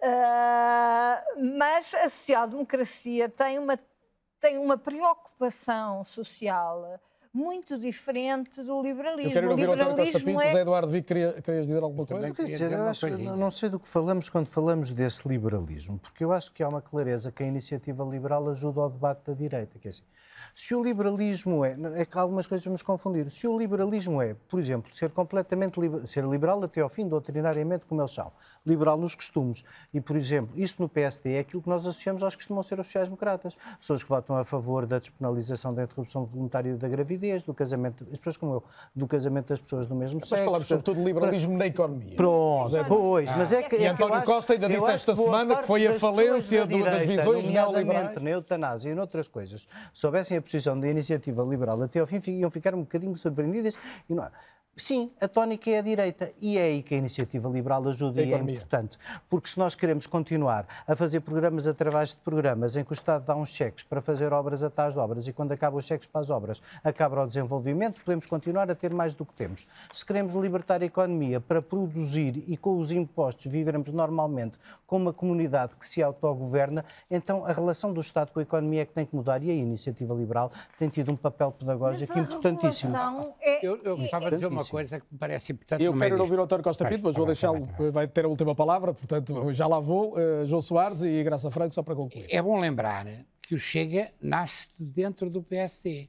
Uh, mas a social-democracia tem uma, tem uma preocupação social muito diferente do liberalismo. Eu quero ouvir o António Costa Pinto, é... José Eduardo Vico, queria, querias dizer alguma coisa? Quer dizer, eu acho, não sei do que falamos quando falamos desse liberalismo, porque eu acho que há uma clareza que a iniciativa liberal ajuda ao debate da direita, que é assim, se o liberalismo é, é que algumas coisas vamos confundir, se o liberalismo é, por exemplo, ser completamente, liber, ser liberal até ao fim, doutrinariamente, como eles são, liberal nos costumes, e, por exemplo, isso no P S D é aquilo que nós associamos aos que costumam ser os sociais-democratas, pessoas que votam a favor da despenalização da interrupção voluntária da gravidez, do casamento, as pessoas como eu, do casamento das pessoas do mesmo sexo. Mas falamos sobretudo de liberalismo na economia. Pronto, pois, mas é que... E é António que Costa ainda disse esta semana que foi a falência da direita, das visões neoliberais. Na eutanásia e noutras coisas, soubessem a posição da iniciativa liberal até ao fim, iam ficar um bocadinho surpreendidas. E não, sim, a tónica é a direita e é aí que a iniciativa liberal ajuda e é importante. Porque se nós queremos continuar a fazer programas através de programas em que o Estado dá uns cheques para fazer obras atrás de obras e quando acabam os cheques para as obras acaba o desenvolvimento, podemos continuar a ter mais do que temos. Se queremos libertar a economia para produzir e com os impostos vivermos normalmente com uma comunidade que se autogoverna, então a relação do Estado com a economia é que tem que mudar e a iniciativa liberal tem tido um papel pedagógico importantíssimo. É... Eu, eu gostava de dizer uma coisa que me parece importante. Eu quero ouvir o António Costa Pinto, mas vou deixá-lo, vai ter a última palavra, portanto já lá vou, uh, João Soares e Graça Franco, só para concluir. É bom lembrar que o Chega nasce dentro do P S D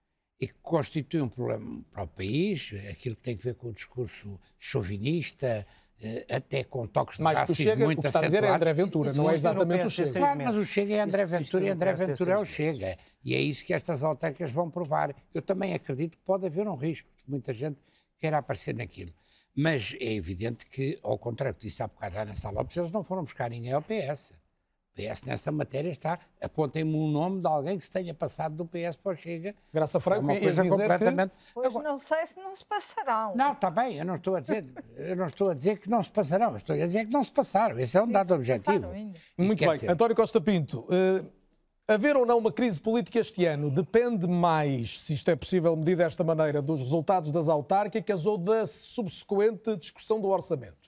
e que constitui um problema para o país, aquilo que tem a ver com o discurso chauvinista, até com toques de mais racismo Chega, muito o que está a dizer é André Ventura, isso não é exatamente o Chega. Claro, mas o Chega é André Ventura e André Ventura é o Chega. E é isso que estas autárquicas vão provar. Eu também acredito que pode haver um risco de muita gente queira aparecer naquilo. Mas é evidente que, ao contrário do que disse há bocado lá na Sala Lopes, eles não foram buscar ninguém ao P S. O P S nessa matéria está, apontem-me um nome de alguém que se tenha passado do P S para o Chega. Graça Franco, é uma coisa completamente... Que... Pois Agora... não sei se não se passarão. Não, está bem, eu não estou a dizer, eu não estou a dizer que não se passarão, eu estou a dizer que não se passaram. Esse é um dado objetivo. Muito bem. Dizer... António Costa Pinto, uh, haver ou não uma crise política este ano depende mais, se isto é possível medir desta maneira, dos resultados das autárquicas ou da subsequente discussão do orçamento?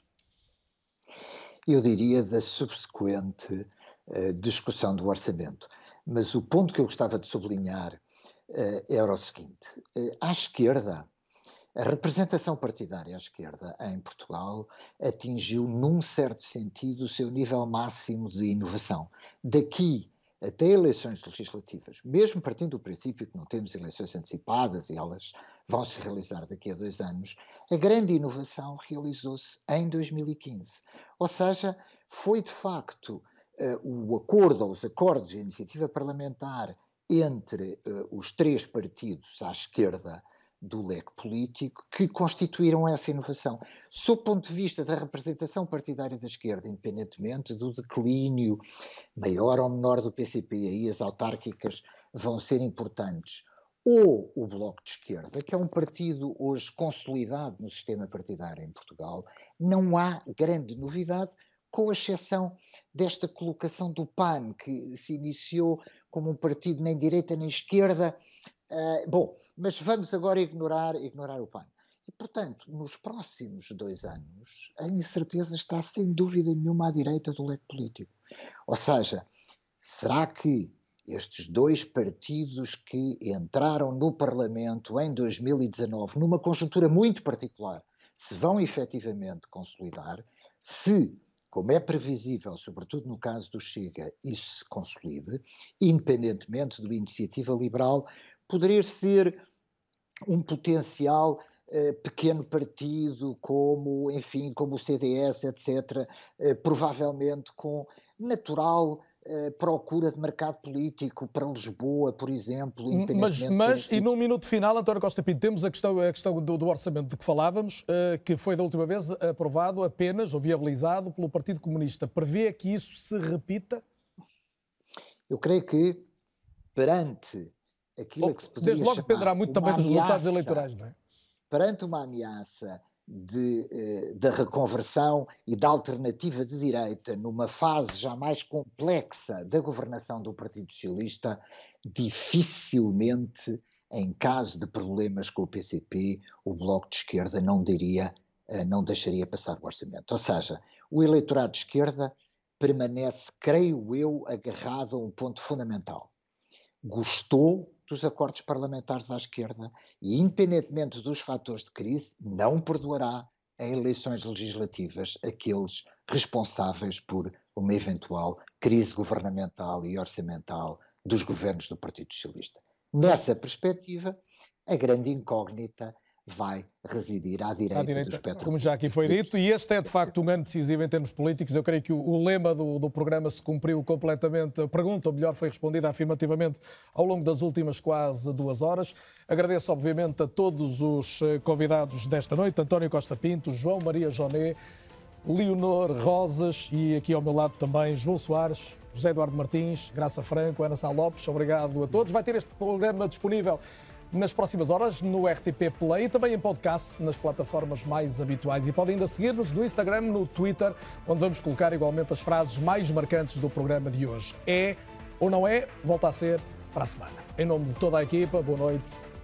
Eu diria da subsequente uh, discussão do orçamento. Mas o ponto que eu gostava de sublinhar uh, era o seguinte. Uh, à esquerda, a representação partidária à esquerda em Portugal atingiu, num certo sentido, o seu nível máximo de inovação. Daqui até eleições legislativas, mesmo partindo do princípio que não temos eleições antecipadas e elas vão se realizar daqui a dois anos, a grande inovação realizou-se em dois mil e quinze. Ou seja, foi de facto uh, o acordo, ou os acordos de iniciativa parlamentar entre uh, os três partidos à esquerda do leque político que constituíram essa inovação. Sob o ponto de vista da representação partidária da esquerda, independentemente do declínio maior ou menor do P C P, aí as autárquicas vão ser importantes, ou o Bloco de Esquerda, que é um partido hoje consolidado no sistema partidário em Portugal, não há grande novidade, com exceção desta colocação do P A N, que se iniciou como um partido nem direita nem esquerda, Uh, bom, mas vamos agora ignorar, ignorar o P A N. E, portanto, nos próximos dois anos, a incerteza está sem dúvida nenhuma à direita do leque político. Ou seja, será que estes dois partidos que entraram no Parlamento em dois mil e dezanove, numa conjuntura muito particular, se vão efetivamente consolidar? Se, como é previsível, sobretudo no caso do Chega, isso se consolide, independentemente do Iniciativa Liberal, poderia ser um potencial Uh, pequeno partido como, enfim, como o C D S, etcétera, uh, provavelmente com natural uh, procura de mercado político para Lisboa, por exemplo. Mas, mas e num minuto final, António Costa Pinto, temos a questão, a questão do, do orçamento de que falávamos, uh, que foi da última vez aprovado apenas, ou viabilizado, pelo Partido Comunista. Prevê que isso se repita? Eu creio que, perante aquilo Ou, que se poderia desde logo dependerá muito também dos ameaça, resultados eleitorais, não é? Perante uma ameaça de, eh, da reconversão e da alternativa de direita numa fase já mais complexa da governação do Partido Socialista, dificilmente, em caso de problemas com o P C P, o Bloco de Esquerda não, diria, eh, não deixaria passar o orçamento. Ou seja, o eleitorado de esquerda permanece, creio eu, agarrado a um ponto fundamental. Gostou dos acordos parlamentares à esquerda e, independentemente dos fatores de crise, não perdoará em eleições legislativas aqueles responsáveis por uma eventual crise governamental e orçamental dos governos do Partido Socialista. Nessa perspectiva, a grande incógnita vai residir à direita, à direita do espectro. Como já aqui foi dito, e este é de facto um ano decisivo em termos políticos. Eu creio que o, o lema do, do programa se cumpriu completamente. A pergunta, ou melhor, foi respondida afirmativamente ao longo das últimas quase duas horas. Agradeço, obviamente, a todos os convidados desta noite, António Costa Pinto, João Maria Joné, Leonor Rosas e aqui ao meu lado também João Soares, José Eduardo Martins, Graça Franco, Ana Sá Lopes. Obrigado a todos. Vai ter este programa disponível nas próximas horas no R T P Play e também em podcast nas plataformas mais habituais. E podem ainda seguir-nos no Instagram, no Twitter, onde vamos colocar igualmente as frases mais marcantes do programa de hoje. É ou não é, volta a ser para a semana. Em nome de toda a equipa, boa noite.